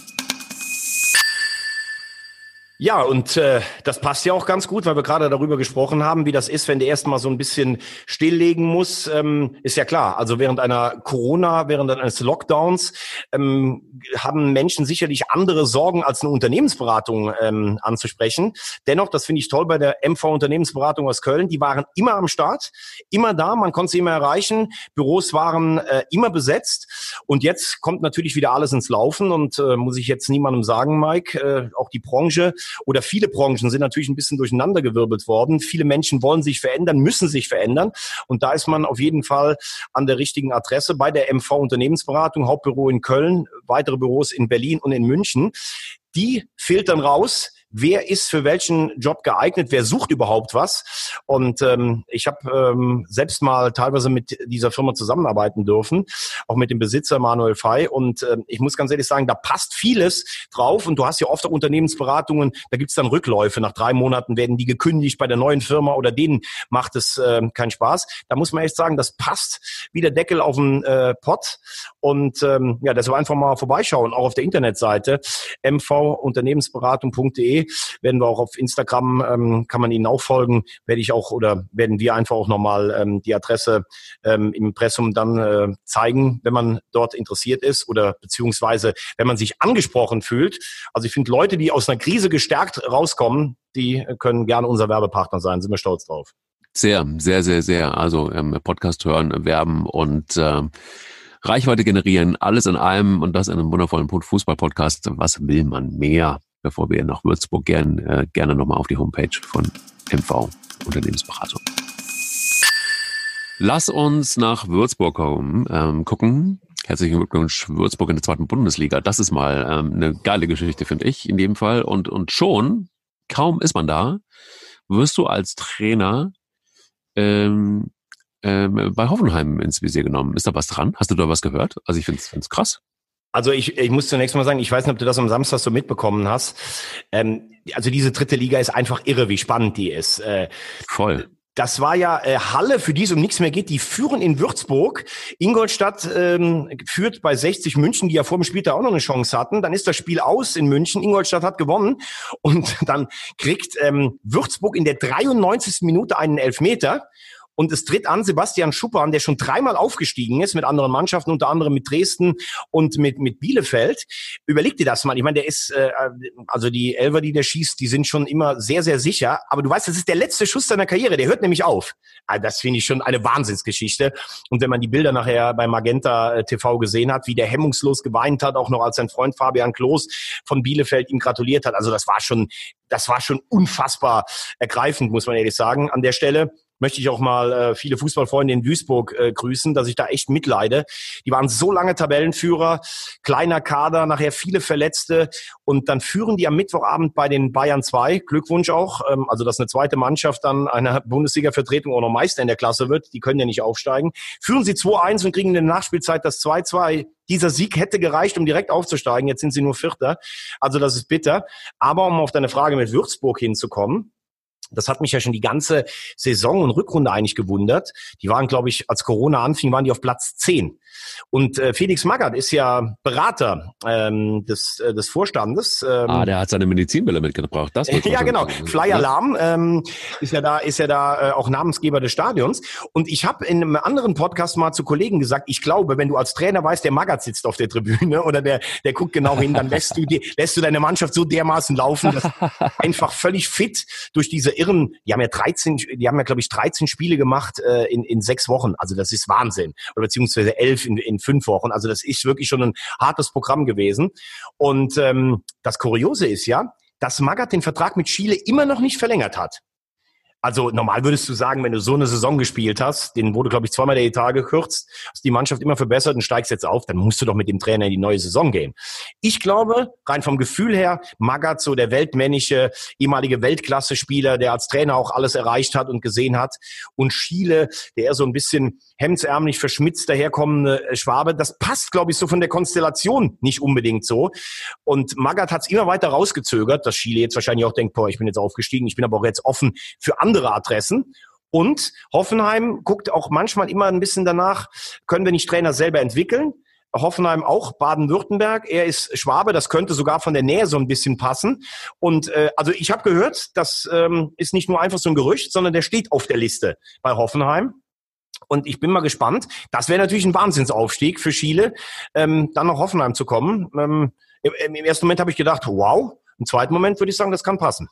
Ja, und das passt ja auch ganz gut, weil wir gerade darüber gesprochen haben, wie das ist, wenn der erst mal so ein bisschen stilllegen muss. Ist ja klar, also während eines Lockdowns haben Menschen sicherlich andere Sorgen als eine Unternehmensberatung anzusprechen. Dennoch, das finde ich toll bei der MV Unternehmensberatung aus Köln, die waren immer am Start, immer da, man konnte sie immer erreichen, Büros waren immer besetzt und jetzt kommt natürlich wieder alles ins Laufen und muss ich jetzt niemandem sagen, Mike, auch die Branche oder viele Branchen sind natürlich ein bisschen durcheinandergewirbelt worden. Viele Menschen wollen sich verändern, müssen sich verändern. Und da ist man auf jeden Fall an der richtigen Adresse bei der MV Unternehmensberatung, Hauptbüro in Köln, weitere Büros in Berlin und in München. Die filtern raus, wer ist für welchen Job geeignet, wer sucht überhaupt was. Und ich habe selbst mal teilweise mit dieser Firma zusammenarbeiten dürfen, auch mit dem Besitzer Manuel Fey. Und ich muss ganz ehrlich sagen, da passt vieles drauf. Und du hast ja oft auch Unternehmensberatungen, da gibt's dann Rückläufe. Nach 3 Monaten werden die gekündigt bei der neuen Firma oder denen macht es keinen Spaß. Da muss man echt sagen, das passt wie der Deckel auf den Pott. Und deshalb einfach mal vorbeischauen, auch auf der Internetseite mvunternehmensberatung.de. Werden wir auch auf Instagram, kann man ihnen auch folgen, werden wir einfach auch nochmal die Adresse im Impressum dann zeigen, wenn man dort interessiert ist oder beziehungsweise wenn man sich angesprochen fühlt. Also ich finde, Leute, die aus einer Krise gestärkt rauskommen, die können gerne unser Werbepartner sein, sind wir stolz drauf. Sehr, sehr, sehr, sehr. Also Podcast hören, werben und Reichweite generieren, alles in einem und das in einem wundervollen Fußball-Podcast. Was will man mehr? Bevor wir nach Würzburg gerne nochmal auf die Homepage von MV Unternehmensberatung. Lass uns nach Würzburg gucken. Herzlichen Glückwunsch, Würzburg in der 2. Bundesliga. Das ist mal eine geile Geschichte, finde ich, in dem Fall. Und schon, kaum ist man da, wirst du als Trainer bei Hoffenheim ins Visier genommen. Ist da was dran? Hast du da was gehört? Also ich finde es krass. Also ich muss zunächst mal sagen, ich weiß nicht, ob du das am Samstag so mitbekommen hast. Also diese 3. Liga ist einfach irre, wie spannend die ist. Voll. Das war ja Halle, für die es um nichts mehr geht. Die führen in Würzburg. Ingolstadt führt bei 60 München, die ja vor dem Spieltag auch noch eine Chance hatten. Dann ist das Spiel aus in München. Ingolstadt hat gewonnen. Und dann kriegt Würzburg in der 93. Minute einen Elfmeter. Und es tritt an Sebastian Schuppan, der schon 3-mal aufgestiegen ist mit anderen Mannschaften, unter anderem mit Dresden und mit Bielefeld. Überleg dir das mal. Ich meine, der ist, also die Elfer, die der schießt, die sind schon immer sehr, sehr sicher. Aber du weißt, das ist der letzte Schuss seiner Karriere. Der hört nämlich auf. Also das finde ich schon eine Wahnsinnsgeschichte. Und wenn man die Bilder nachher bei Magenta TV gesehen hat, wie der hemmungslos geweint hat, auch noch als sein Freund Fabian Klos von Bielefeld ihm gratuliert hat. Also das war schon unfassbar ergreifend, muss man ehrlich sagen, an der Stelle. Möchte ich auch mal viele Fußballfreunde in Duisburg grüßen, dass ich da echt mitleide. Die waren so lange Tabellenführer, kleiner Kader, nachher viele Verletzte und dann führen die am Mittwochabend bei den Bayern 2. Glückwunsch auch, also dass eine zweite Mannschaft dann einer Bundesliga-Vertretung auch noch Meister in der Klasse wird. Die können ja nicht aufsteigen. Führen sie 2-1 und kriegen in der Nachspielzeit das 2-2. Dieser Sieg hätte gereicht, um direkt aufzusteigen. Jetzt sind sie nur Vierter. Also das ist bitter. Aber um auf deine Frage mit Würzburg hinzukommen, das hat mich ja schon die ganze Saison und Rückrunde eigentlich gewundert. Die waren, glaube ich, als Corona anfing, waren die auf Platz 10. Und Felix Magath ist ja Berater des Vorstandes. Der hat seine Medizinbälle mitgebracht. Das ja, genau. Fly Alarm ist ja da auch Namensgeber des Stadions. Und ich habe in einem anderen Podcast mal zu Kollegen gesagt, ich glaube, wenn du als Trainer weißt, der Magath sitzt auf der Tribüne oder der guckt genau hin, dann lässt du deine Mannschaft so dermaßen laufen, dass einfach völlig fit durch diese irren, die haben ja, glaube ich, 13 Spiele gemacht in 6 Wochen. Also das ist Wahnsinn. Oder beziehungsweise 11 in 5 Wochen. Also das ist wirklich schon ein hartes Programm gewesen. Und das Kuriose ist ja, dass Magath den Vertrag mit Chile immer noch nicht verlängert hat. Also normal würdest du sagen, wenn du so eine Saison gespielt hast, den wurde, glaube ich, 2-mal der Etat gekürzt, hast die Mannschaft immer verbessert und steigst jetzt auf, dann musst du doch mit dem Trainer in die neue Saison gehen. Ich glaube, rein vom Gefühl her, Magath, so der weltmännische, ehemalige Weltklasse-Spieler, der als Trainer auch alles erreicht hat und gesehen hat, und Schiele, der eher so ein bisschen hemdsärmlich verschmitzt daherkommende Schwabe, das passt, glaube ich, so von der Konstellation nicht unbedingt so. Und Magath hat es immer weiter rausgezögert, dass Schiele jetzt wahrscheinlich auch denkt, ich bin jetzt aufgestiegen, ich bin aber auch jetzt offen für andere Adressen. Und Hoffenheim guckt auch manchmal immer ein bisschen danach, können wir nicht Trainer selber entwickeln? Hoffenheim auch, Baden-Württemberg, er ist Schwabe, das könnte sogar von der Nähe so ein bisschen passen. Und also ich habe gehört, das ist nicht nur einfach so ein Gerücht, sondern der steht auf der Liste bei Hoffenheim. Und ich bin mal gespannt. Das wäre natürlich ein Wahnsinnsaufstieg für Schiele, dann nach Hoffenheim zu kommen. Im ersten Moment habe ich gedacht, wow. Im zweiten Moment würde ich sagen, das kann passen.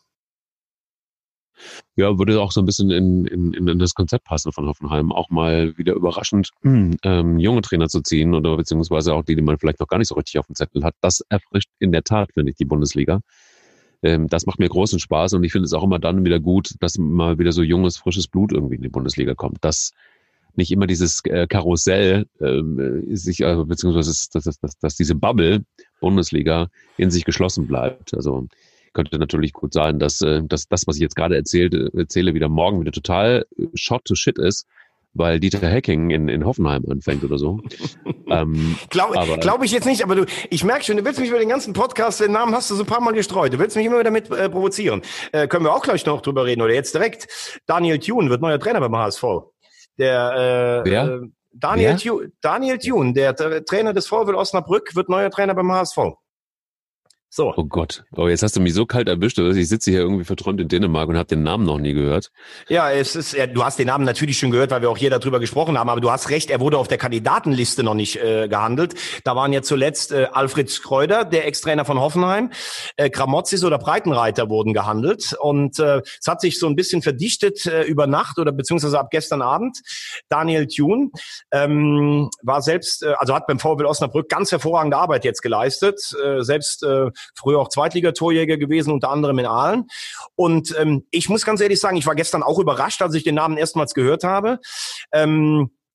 Ja, würde auch so ein bisschen in das Konzept passen von Hoffenheim, auch mal wieder überraschend junge Trainer zu ziehen oder beziehungsweise auch die man vielleicht noch gar nicht so richtig auf dem Zettel hat. Das erfrischt in der Tat, finde ich, die Bundesliga. Das macht mir großen Spaß und ich finde es auch immer dann wieder gut, dass mal wieder so junges, frisches Blut irgendwie in die Bundesliga kommt. Dass nicht immer dieses Karussell beziehungsweise dass diese Bubble Bundesliga in sich geschlossen bleibt. Also könnte natürlich gut sein, dass das, was ich jetzt gerade erzähle, wieder morgen wieder total shot to shit ist, weil Dieter Hecking in Hoffenheim anfängt oder so. Glaube ich jetzt nicht, aber ich merke schon, du willst mich über den ganzen Podcast, den Namen hast du so ein paar Mal gestreut, du willst mich immer wieder mit provozieren. Können wir auch gleich noch drüber reden oder jetzt direkt. Daniel Thune wird neuer Trainer beim HSV. Wer? Daniel Thune, der Trainer des VfL Osnabrück, wird neuer Trainer beim HSV. So. Oh Gott, jetzt hast du mich so kalt erwischt. Ich sitze hier irgendwie verträumt in Dänemark und habe den Namen noch nie gehört. Ja, du hast den Namen natürlich schon gehört, weil wir auch hier darüber gesprochen haben, aber du hast recht, er wurde auf der Kandidatenliste noch nicht gehandelt. Da waren ja zuletzt Alfred Schreuder, der Ex-Trainer von Hoffenheim, Kramotzis oder Breitenreiter wurden gehandelt und es hat sich so ein bisschen verdichtet über Nacht oder beziehungsweise ab gestern Abend. Daniel Thune war selbst, also hat beim VfL Osnabrück ganz hervorragende Arbeit jetzt geleistet, selbst früher auch Zweitligatorjäger gewesen, unter anderem in Aalen. Und ich muss ganz ehrlich sagen, ich war gestern auch überrascht, als ich den Namen erstmals gehört habe.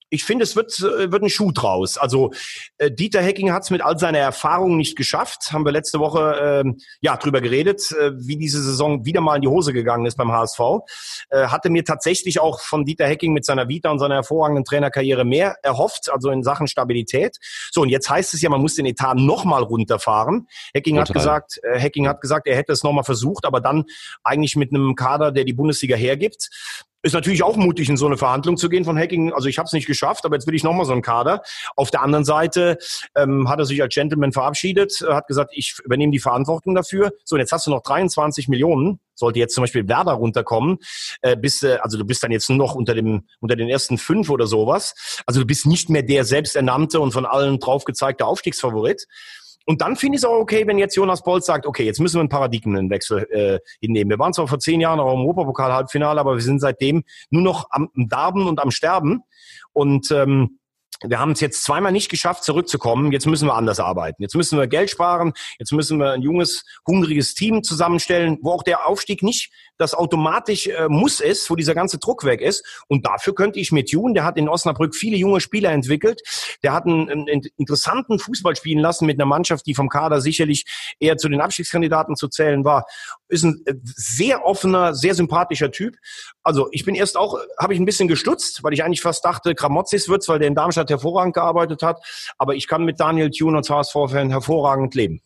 Ich finde, es wird ein Schuh draus. Also Dieter Hecking hat es mit all seiner Erfahrung nicht geschafft. Haben wir letzte Woche drüber geredet, wie diese Saison wieder mal in die Hose gegangen ist beim HSV. Hatte mir tatsächlich auch von Dieter Hecking mit seiner Vita und seiner hervorragenden Trainerkarriere mehr erhofft, also in Sachen Stabilität. So, und jetzt heißt es ja, man muss den Etat nochmal runterfahren. Hecking hat gesagt, er hätte es nochmal versucht, aber dann eigentlich mit einem Kader, der die Bundesliga hergibt. Ist natürlich auch mutig, in so eine Verhandlung zu gehen von Hecking. Also ich habe es nicht geschafft, aber jetzt will ich nochmal so einen Kader. Auf der anderen Seite hat er sich als Gentleman verabschiedet, hat gesagt, ich übernehme die Verantwortung dafür. So, und jetzt hast du noch 23 Millionen. Sollte jetzt zum Beispiel Werder runterkommen, du bist dann jetzt nur noch unter den ersten 5 oder sowas. Also du bist nicht mehr der selbsternannte und von allen drauf gezeigte Aufstiegsfavorit. Und dann finde ich es auch okay, wenn jetzt Jonas Bolt sagt, okay, jetzt müssen wir einen Paradigmenwechsel hinnehmen. Wir waren zwar vor 10 Jahren auch im Europapokal-Halbfinale, aber wir sind seitdem nur noch am Darben und am Sterben. Und wir haben es jetzt zweimal nicht geschafft, zurückzukommen. Jetzt müssen wir anders arbeiten. Jetzt müssen wir Geld sparen. Jetzt müssen wir ein junges, hungriges Team zusammenstellen, wo auch der Aufstieg nicht das automatisch Muss ist, wo dieser ganze Druck weg ist. Und dafür könnte ich mir tun. Der hat in Osnabrück viele junge Spieler entwickelt. Der hat einen interessanten Fußball spielen lassen mit einer Mannschaft, die vom Kader sicherlich eher zu den Abstiegskandidaten zu zählen war. Ist ein sehr offener, sehr sympathischer Typ. Also ich bin habe ich ein bisschen gestutzt, weil ich eigentlich fast dachte, Kramotzis wird's, weil der in Darmstadt hervorragend gearbeitet hat. Aber ich kann mit Daniel Thune als HSV-Fan hervorragend leben.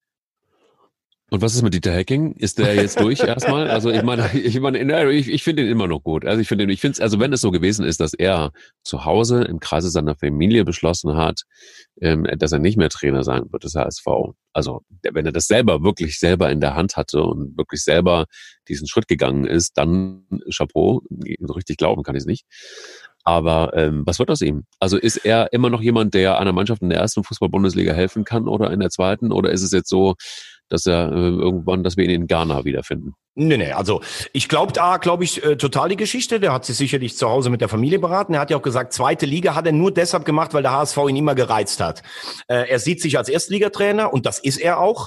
Und was ist mit Dieter Hecking? Ist der jetzt durch erstmal? Also ich finde ihn immer noch gut. Also wenn es so gewesen ist, dass er zu Hause im Kreise seiner Familie beschlossen hat, dass er nicht mehr Trainer sein wird des HSV. Also wenn er das wirklich selber in der Hand hatte und wirklich selber diesen Schritt gegangen ist, dann Chapeau. So richtig glauben kann ich es nicht. Aber was wird aus ihm? Also ist er immer noch jemand, der einer Mannschaft in der ersten Fußball-Bundesliga helfen kann oder in der zweiten? Oder ist es jetzt so, dass wir ihn in Ghana wiederfinden? Nee, also ich glaube total die Geschichte. Der hat sich sicherlich zu Hause mit der Familie beraten. Er hat ja auch gesagt, zweite Liga hat er nur deshalb gemacht, weil der HSV ihn immer gereizt hat. Er sieht sich als Erstligatrainer und das ist er auch.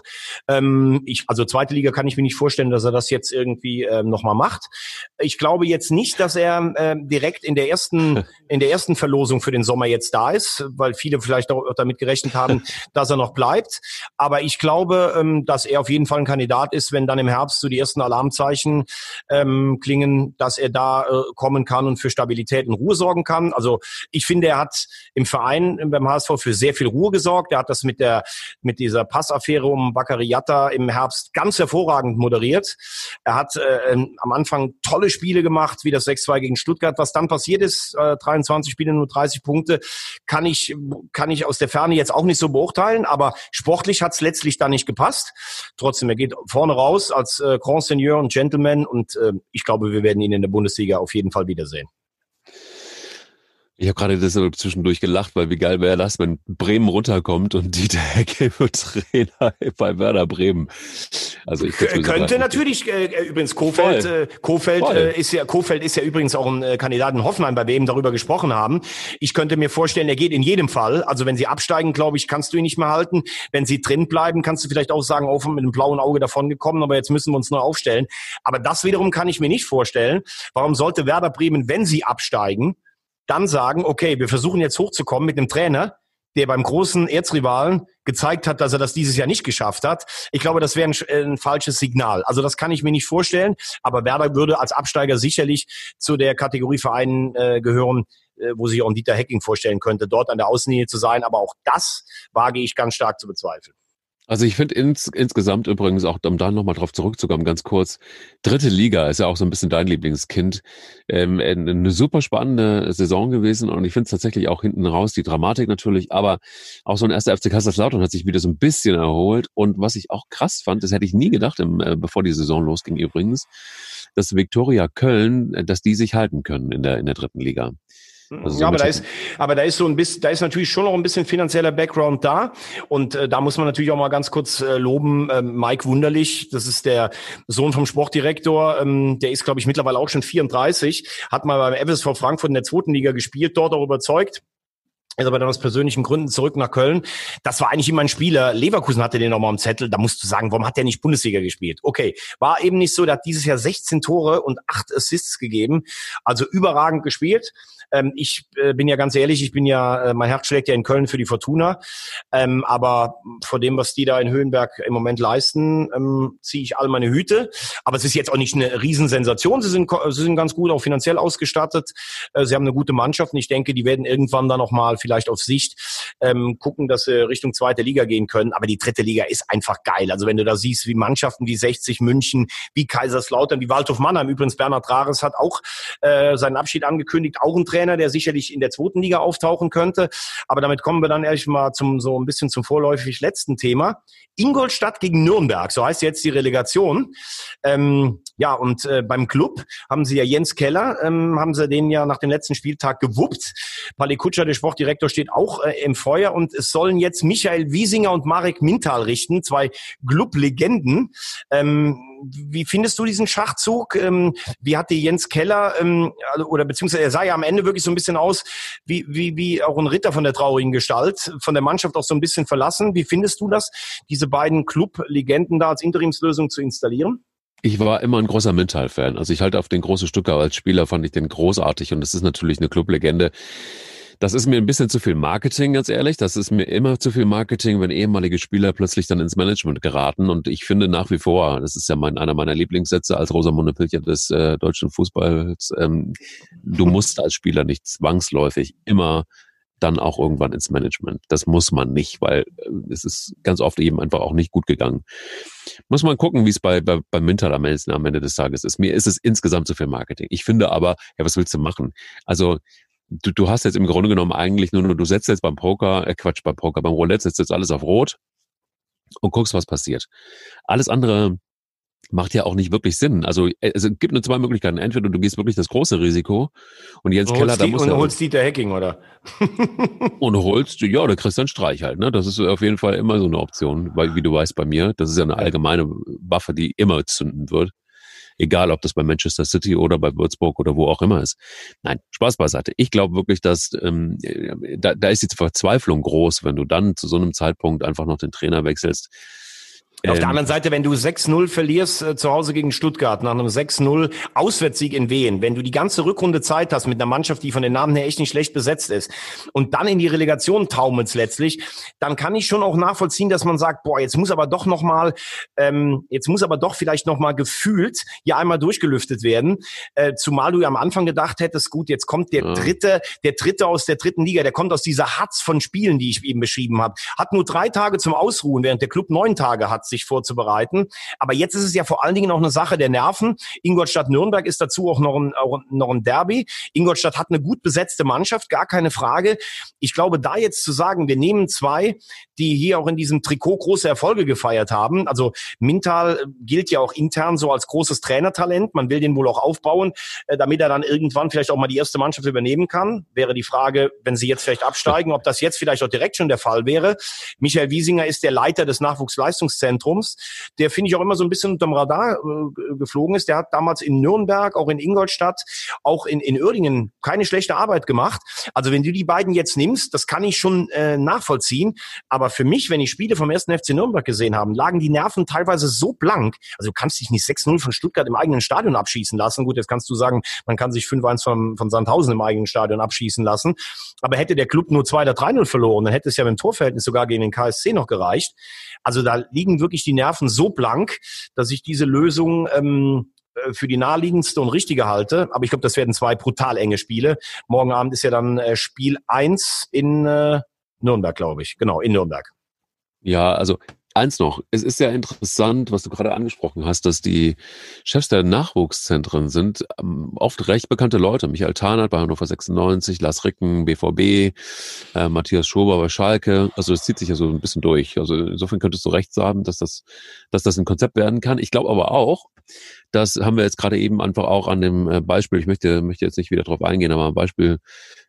Also zweite Liga kann ich mir nicht vorstellen, dass er das jetzt irgendwie nochmal macht. Ich glaube jetzt nicht, dass er direkt in der ersten Verlosung für den Sommer jetzt da ist, weil viele vielleicht auch damit gerechnet haben, dass er noch bleibt. Aber ich glaube, dass er auf jeden Fall ein Kandidat ist, wenn dann im Herbst so die ersten Alarmzeichen klingen, dass er da kommen kann und für Stabilität und Ruhe sorgen kann. Also ich finde, er hat im Verein beim HSV für sehr viel Ruhe gesorgt. Er hat das mit dieser Passaffäre um Bakary Yatta im Herbst ganz hervorragend moderiert. Er hat am Anfang tolle Spiele gemacht, wie das 6-2 gegen Stuttgart. Was dann passiert ist, 23 Spiele, nur 30 Punkte, kann ich aus der Ferne jetzt auch nicht so beurteilen, aber sportlich hat es letztlich dann nicht gepasst. Trotzdem, er geht vorne raus als Grand Seigneur und Gentleman und ich glaube, wir werden ihn in der Bundesliga auf jeden Fall wiedersehen. Ich habe gerade das zwischendurch gelacht, weil wie geil wäre das, wenn Bremen runterkommt und Dieter Hecking wird Trainer bei Werder Bremen. Also ich könnte natürlich übrigens Kofeld ist ja übrigens auch ein Kandidat in Hoffenheim, bei dem wir darüber gesprochen haben. Ich könnte mir vorstellen, er geht in jedem Fall. Also wenn sie absteigen, glaube ich, kannst du ihn nicht mehr halten. Wenn sie drin bleiben, kannst du vielleicht auch sagen, mit einem blauen Auge davon gekommen, aber jetzt müssen wir uns neu aufstellen. Aber das wiederum kann ich mir nicht vorstellen. Warum sollte Werder Bremen, wenn sie absteigen, dann sagen, okay, wir versuchen jetzt hochzukommen mit einem Trainer, der beim großen Erzrivalen gezeigt hat, dass er das dieses Jahr nicht geschafft hat. Ich glaube, das wäre ein falsches Signal. Also das kann ich mir nicht vorstellen. Aber Werder würde als Absteiger sicherlich zu der Kategorie Vereinen gehören, wo sich auch ein Dieter Hecking vorstellen könnte, dort an der Außenlinie zu sein. Aber auch das wage ich ganz stark zu bezweifeln. Also ich finde insgesamt übrigens auch, um da nochmal drauf zurückzukommen, ganz kurz, dritte Liga ist ja auch so ein bisschen dein Lieblingskind. Eine super spannende Saison gewesen und ich finde es tatsächlich auch hinten raus, die Dramatik natürlich, aber auch so ein erster FC Kaiserslautern hat sich wieder so ein bisschen erholt und was ich auch krass fand, das hätte ich nie gedacht, bevor die Saison losging übrigens, dass Viktoria Köln, dass die sich halten können in der dritten Liga. Also ja, da ist natürlich schon noch ein bisschen finanzieller Background da und da muss man natürlich auch mal ganz kurz loben, Mike Wunderlich, das ist der Sohn vom Sportdirektor, der ist glaube ich mittlerweile auch schon 34, hat mal beim FSV Frankfurt in der zweiten Liga gespielt, dort auch überzeugt. Ist aber dann aus persönlichen Gründen zurück nach Köln. Das war eigentlich immer ein Spieler. Leverkusen hatte den nochmal am Zettel. Da musst du sagen, warum hat der nicht Bundesliga gespielt? Okay, war eben nicht so. Der hat dieses Jahr 16 Tore und 8 Assists gegeben. Also überragend gespielt. Ich bin ja ganz ehrlich, mein Herz schlägt ja in Köln für die Fortuna, aber vor dem, was die da in Höhenberg im Moment leisten, ziehe ich all meine Hüte. Aber es ist jetzt auch nicht eine Riesensensation. Sie sind ganz gut auch finanziell ausgestattet. Sie haben eine gute Mannschaft und ich denke, die werden irgendwann dann noch mal vielleicht auf Sicht gucken, dass sie Richtung zweite Liga gehen können. Aber die dritte Liga ist einfach geil. Also wenn du da siehst, wie Mannschaften wie 60 München, wie Kaiserslautern, wie Waldhof Mannheim, übrigens Bernhard Rares hat auch seinen Abschied angekündigt, auch ein Trainer, der sicherlich in der zweiten Liga auftauchen könnte. Aber damit kommen wir dann ehrlich mal zum vorläufig letzten Thema. Ingolstadt gegen Nürnberg, so heißt jetzt die Relegation. Beim Club haben sie ja Jens Keller, haben sie den ja nach dem letzten Spieltag gewuppt. Pali Kutscher, der Sportdirektor, steht auch im Feuer und es sollen jetzt Michael Wiesinger und Marek Mintal richten, zwei Club-Legenden. Wie findest du diesen Schachzug? Wie hat die Jens Keller, beziehungsweise er sah ja am Ende wirklich so ein bisschen aus wie auch ein Ritter von der traurigen Gestalt, von der Mannschaft auch so ein bisschen verlassen. Wie findest du das, diese beiden Club-Legenden da als Interimslösung zu installieren? Ich war immer ein großer Mintal-Fan. Also ich halte auf den großen Stücker als Spieler, fand ich den großartig und das ist natürlich eine Clublegende. Das ist mir ein bisschen zu viel Marketing, ganz ehrlich. Das ist mir immer zu viel Marketing, wenn ehemalige Spieler plötzlich dann ins Management geraten. Und ich finde nach wie vor, das ist ja einer meiner Lieblingssätze als Rosamunde Pilcher des deutschen Fußballs, du musst als Spieler nicht zwangsläufig immer dann auch irgendwann ins Management. Das muss man nicht, weil es ist ganz oft eben einfach auch nicht gut gegangen. Muss man gucken, wie es bei Mintal am Ende des Tages ist. Mir ist es insgesamt zu viel Marketing. Ich finde aber, ja, was willst du machen? Also du hast jetzt im Grunde genommen eigentlich nur, du setzt jetzt beim Roulette setzt jetzt alles auf Rot und guckst, was passiert. Alles andere macht ja auch nicht wirklich Sinn. Also es gibt nur zwei Möglichkeiten. Entweder du gehst wirklich das große Risiko und Jens Keller, da muss und holst Dieter Hecking, oder? Und holst du, ja, oder Christian Streich halt, ne? Das ist auf jeden Fall immer so eine Option, weil, wie du weißt, bei mir, das ist ja eine allgemeine Waffe, die immer zünden wird. Egal, ob das bei Manchester City oder bei Würzburg oder wo auch immer ist. Nein, Spaß beiseite. Ich glaube wirklich, dass da ist die Verzweiflung groß, wenn du dann zu so einem Zeitpunkt einfach noch den Trainer wechselst. Auf der anderen Seite, wenn du 6-0 verlierst zu Hause gegen Stuttgart, nach einem 6-0 Auswärtssieg in Wien, wenn du die ganze Rückrunde Zeit hast mit einer Mannschaft, die von den Namen her echt nicht schlecht besetzt ist und dann in die Relegation taumelst letztlich, dann kann ich schon auch nachvollziehen, dass man sagt, boah, jetzt muss aber doch vielleicht noch mal gefühlt hier einmal durchgelüftet werden, zumal du ja am Anfang gedacht hättest, gut, jetzt kommt der Dritte aus der dritten Liga, der kommt aus dieser Hatz von Spielen, die ich eben beschrieben habe, hat nur 3 Tage zum Ausruhen, während der Club 9 Tage hat, sich vorzubereiten. Aber jetzt ist es ja vor allen Dingen auch eine Sache der Nerven. Ingolstadt-Nürnberg ist dazu auch noch ein Derby. Ingolstadt hat eine gut besetzte Mannschaft, gar keine Frage. Ich glaube, da jetzt zu sagen, wir nehmen 2, die hier auch in diesem Trikot große Erfolge gefeiert haben. Also Mintal gilt ja auch intern so als großes Trainertalent. Man will den wohl auch aufbauen, damit er dann irgendwann vielleicht auch mal die erste Mannschaft übernehmen kann. Wäre die Frage, wenn sie jetzt vielleicht absteigen, ob das jetzt vielleicht auch direkt schon der Fall wäre. Michael Wiesinger ist der Leiter des Nachwuchsleistungszentrums, der, finde ich, auch immer so ein bisschen unterm Radar geflogen ist. Der hat damals in Nürnberg, auch in Ingolstadt, auch in Uerdingen keine schlechte Arbeit gemacht. Also wenn du die beiden jetzt nimmst, das kann ich schon nachvollziehen. Aber für mich, wenn ich Spiele vom 1. FC Nürnberg gesehen habe, lagen die Nerven teilweise so blank. Also du kannst dich nicht 6-0 von Stuttgart im eigenen Stadion abschießen lassen. Gut, jetzt kannst du sagen, man kann sich 5-1 von Sandhausen im eigenen Stadion abschießen lassen. Aber hätte der Club nur 2 oder 3-0 verloren, dann hätte es ja mit dem Torverhältnis sogar gegen den KSC noch gereicht. Also da liegen wirklich die Nerven so blank, dass ich diese Lösung für die naheliegendste und richtige halte. Aber ich glaube, das werden 2 brutal enge Spiele. Morgen Abend ist ja dann Spiel 1 in Nürnberg, glaube ich. Genau, in Nürnberg. Ja, also eins noch. Es ist ja interessant, was du gerade angesprochen hast, dass die Chefs der Nachwuchszentren sind oft recht bekannte Leute. Michael Tarnath bei Hannover 96, Lars Ricken, BVB, Matthias Schober bei Schalke. Also das zieht sich ja so ein bisschen durch. Also insofern könntest du recht sagen, dass das ein Konzept werden kann. Ich glaube aber auch, das haben wir jetzt gerade eben einfach auch an dem Beispiel, ich möchte jetzt nicht wieder drauf eingehen, aber ein Beispiel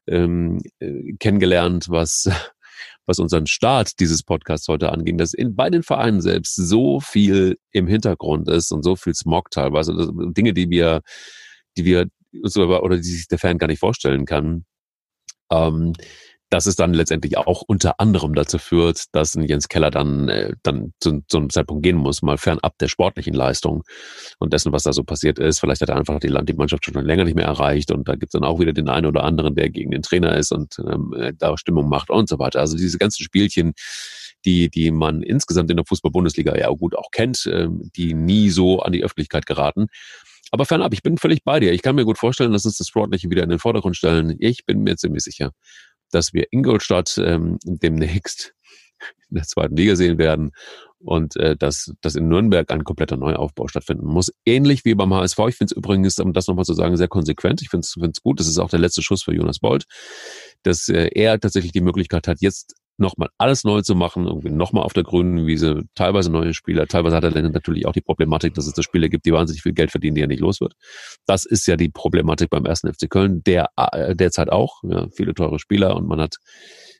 kennengelernt, was unseren Start dieses Podcasts heute anging, dass bei den Vereinen selbst so viel im Hintergrund ist und so viel Smog teilweise, Dinge, die wir oder die sich der Fan gar nicht vorstellen kann, dass es dann letztendlich auch unter anderem dazu führt, dass ein Jens Keller dann zu so einem Zeitpunkt gehen muss, mal fernab der sportlichen Leistung und dessen, was da so passiert ist. Vielleicht hat er einfach die Mannschaft schon länger nicht mehr erreicht und da gibt es dann auch wieder den einen oder anderen, der gegen den Trainer ist und da Stimmung macht und so weiter. Also diese ganzen Spielchen, die man insgesamt in der Fußball-Bundesliga ja gut auch kennt, die nie so an die Öffentlichkeit geraten. Aber fernab, ich bin völlig bei dir. Ich kann mir gut vorstellen, dass uns das Sportliche wieder in den Vordergrund stellen. Ich bin mir ziemlich sicher, dass wir Ingolstadt demnächst in der 2. Liga sehen werden und dass in Nürnberg ein kompletter Neuaufbau stattfinden muss. Ähnlich wie beim HSV. Ich finde es übrigens, um das nochmal zu sagen, sehr konsequent. Ich finde es gut. Das ist auch der letzte Schuss für Jonas Bold, dass er tatsächlich die Möglichkeit hat, jetzt nochmal alles neu zu machen, irgendwie nochmal auf der grünen Wiese, teilweise neue Spieler, teilweise hat er dann natürlich auch die Problematik, dass es da Spieler gibt, die wahnsinnig viel Geld verdienen, die er nicht los wird. Das ist ja die Problematik beim 1. FC Köln, derzeit auch, ja, viele teure Spieler und man hat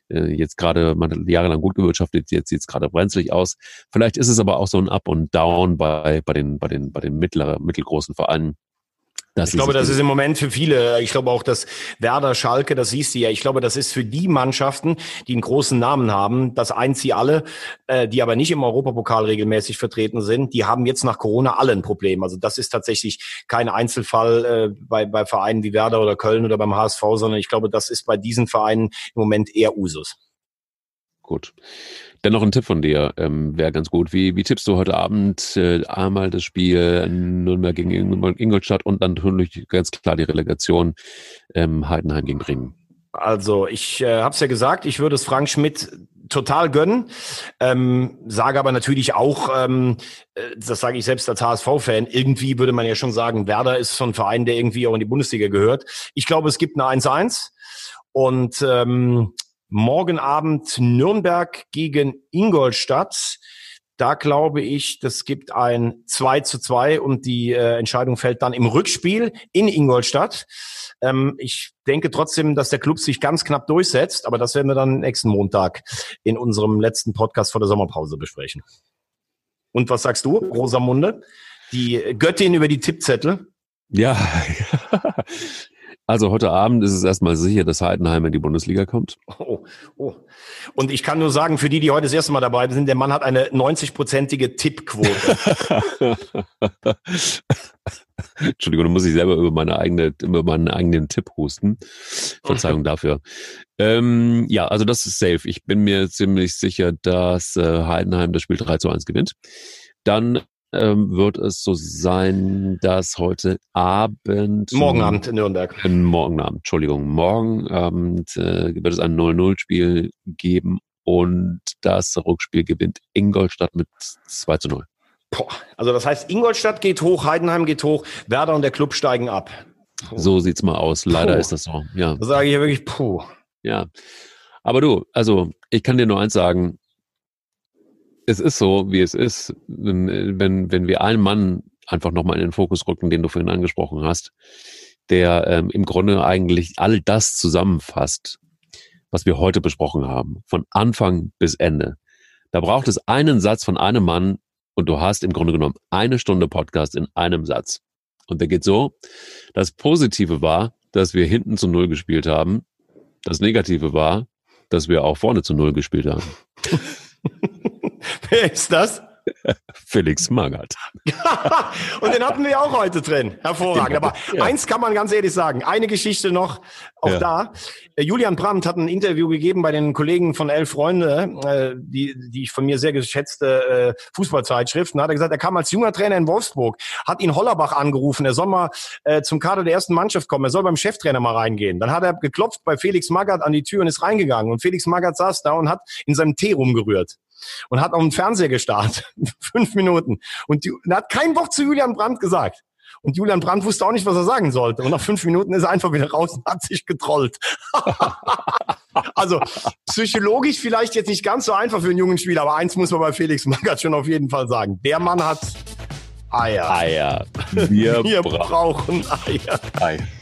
man hat jahrelang gut gewirtschaftet, jetzt sieht es gerade brenzlig aus. Vielleicht ist es aber auch so ein Up und Down bei den mittelgroßen Vereinen. Ich glaube, das ist im Moment für viele, ich glaube auch, dass Werder, Schalke, das siehst du ja, ich glaube, das ist für die Mannschaften, die einen großen Namen haben, das eint sie alle, die aber nicht im Europapokal regelmäßig vertreten sind, die haben jetzt nach Corona alle ein Problem. Also das ist tatsächlich kein Einzelfall bei Vereinen wie Werder oder Köln oder beim HSV, sondern ich glaube, das ist bei diesen Vereinen im Moment eher Usus. Gut. Dennoch ein Tipp von dir wäre ganz gut. Wie tippst du heute Abend einmal das Spiel Nürnberg gegen Ingolstadt und dann natürlich ganz klar die Relegation Heidenheim gegen Bremen? Also ich habe es ja gesagt, ich würde es Frank Schmidt total gönnen, sage aber natürlich auch, das sage ich selbst als HSV-Fan, irgendwie würde man ja schon sagen, Werder ist so ein Verein, der irgendwie auch in die Bundesliga gehört. Ich glaube, es gibt eine 1-1 und morgen Abend Nürnberg gegen Ingolstadt. Da glaube ich, das gibt ein 2-2 und die Entscheidung fällt dann im Rückspiel in Ingolstadt. Ich denke trotzdem, dass der Club sich ganz knapp durchsetzt, aber das werden wir dann nächsten Montag in unserem letzten Podcast vor der Sommerpause besprechen. Und was sagst du, Rosamunde? Die Göttin über die Tippzettel? Ja, also heute Abend ist es erstmal sicher, dass Heidenheim in die Bundesliga kommt. Oh. Und ich kann nur sagen, für die heute das erste Mal dabei sind, der Mann hat eine 90-prozentige Tippquote. Entschuldigung, da muss ich selber über meinen eigenen Tipp husten. Verzeihung dafür. Ja, also das ist safe. Ich bin mir ziemlich sicher, dass Heidenheim das Spiel 3-1 gewinnt. Dann wird es so sein, dass heute Abend... Morgen Abend in Nürnberg. Morgen Abend wird es ein 0-0-Spiel geben und das Rückspiel gewinnt Ingolstadt mit 2-0. Also das heißt, Ingolstadt geht hoch, Heidenheim geht hoch, Werder und der Club steigen ab. So sieht's mal aus. Leider ist das so. Ja. Da sage ich ja wirklich, Ja, aber du, also ich kann dir nur eins sagen, es ist so, wie es ist, wenn wir einen Mann einfach nochmal in den Fokus rücken, den du vorhin angesprochen hast, der im Grunde eigentlich all das zusammenfasst, was wir heute besprochen haben, von Anfang bis Ende. Da braucht es einen Satz von einem Mann und du hast im Grunde genommen 1 Stunde Podcast in einem Satz. Und der geht so: Das Positive war, dass wir hinten zu 0 gespielt haben. Das Negative war, dass wir auch vorne zu 0 gespielt haben. Wer ist das? Felix Magath. Und den hatten wir auch heute drin. Hervorragend. Aber eins kann man ganz ehrlich sagen. Eine Geschichte noch, auch da. Julian Brandt hat ein Interview gegeben bei den Kollegen von 11 Freunde, die von mir sehr geschätzte Fußballzeitschrift. Da hat er gesagt, er kam als junger Trainer in Wolfsburg, hat ihn Hollerbach angerufen, er soll mal zum Kader der ersten Mannschaft kommen, er soll beim Cheftrainer mal reingehen. Dann hat er geklopft bei Felix Magath an die Tür und ist reingegangen. Und Felix Magath saß da und hat in seinem Tee rumgerührt. Und hat auf den Fernseher gestarrt. 5 Minuten. Und er hat kein Wort zu Julian Brandt gesagt. Und Julian Brandt wusste auch nicht, was er sagen sollte. Und nach 5 Minuten ist er einfach wieder raus und hat sich getrollt. Also psychologisch vielleicht jetzt nicht ganz so einfach für einen jungen Spieler, aber eins muss man bei Felix Magath schon auf jeden Fall sagen. Der Mann hat Eier. Wir brauchen Eier.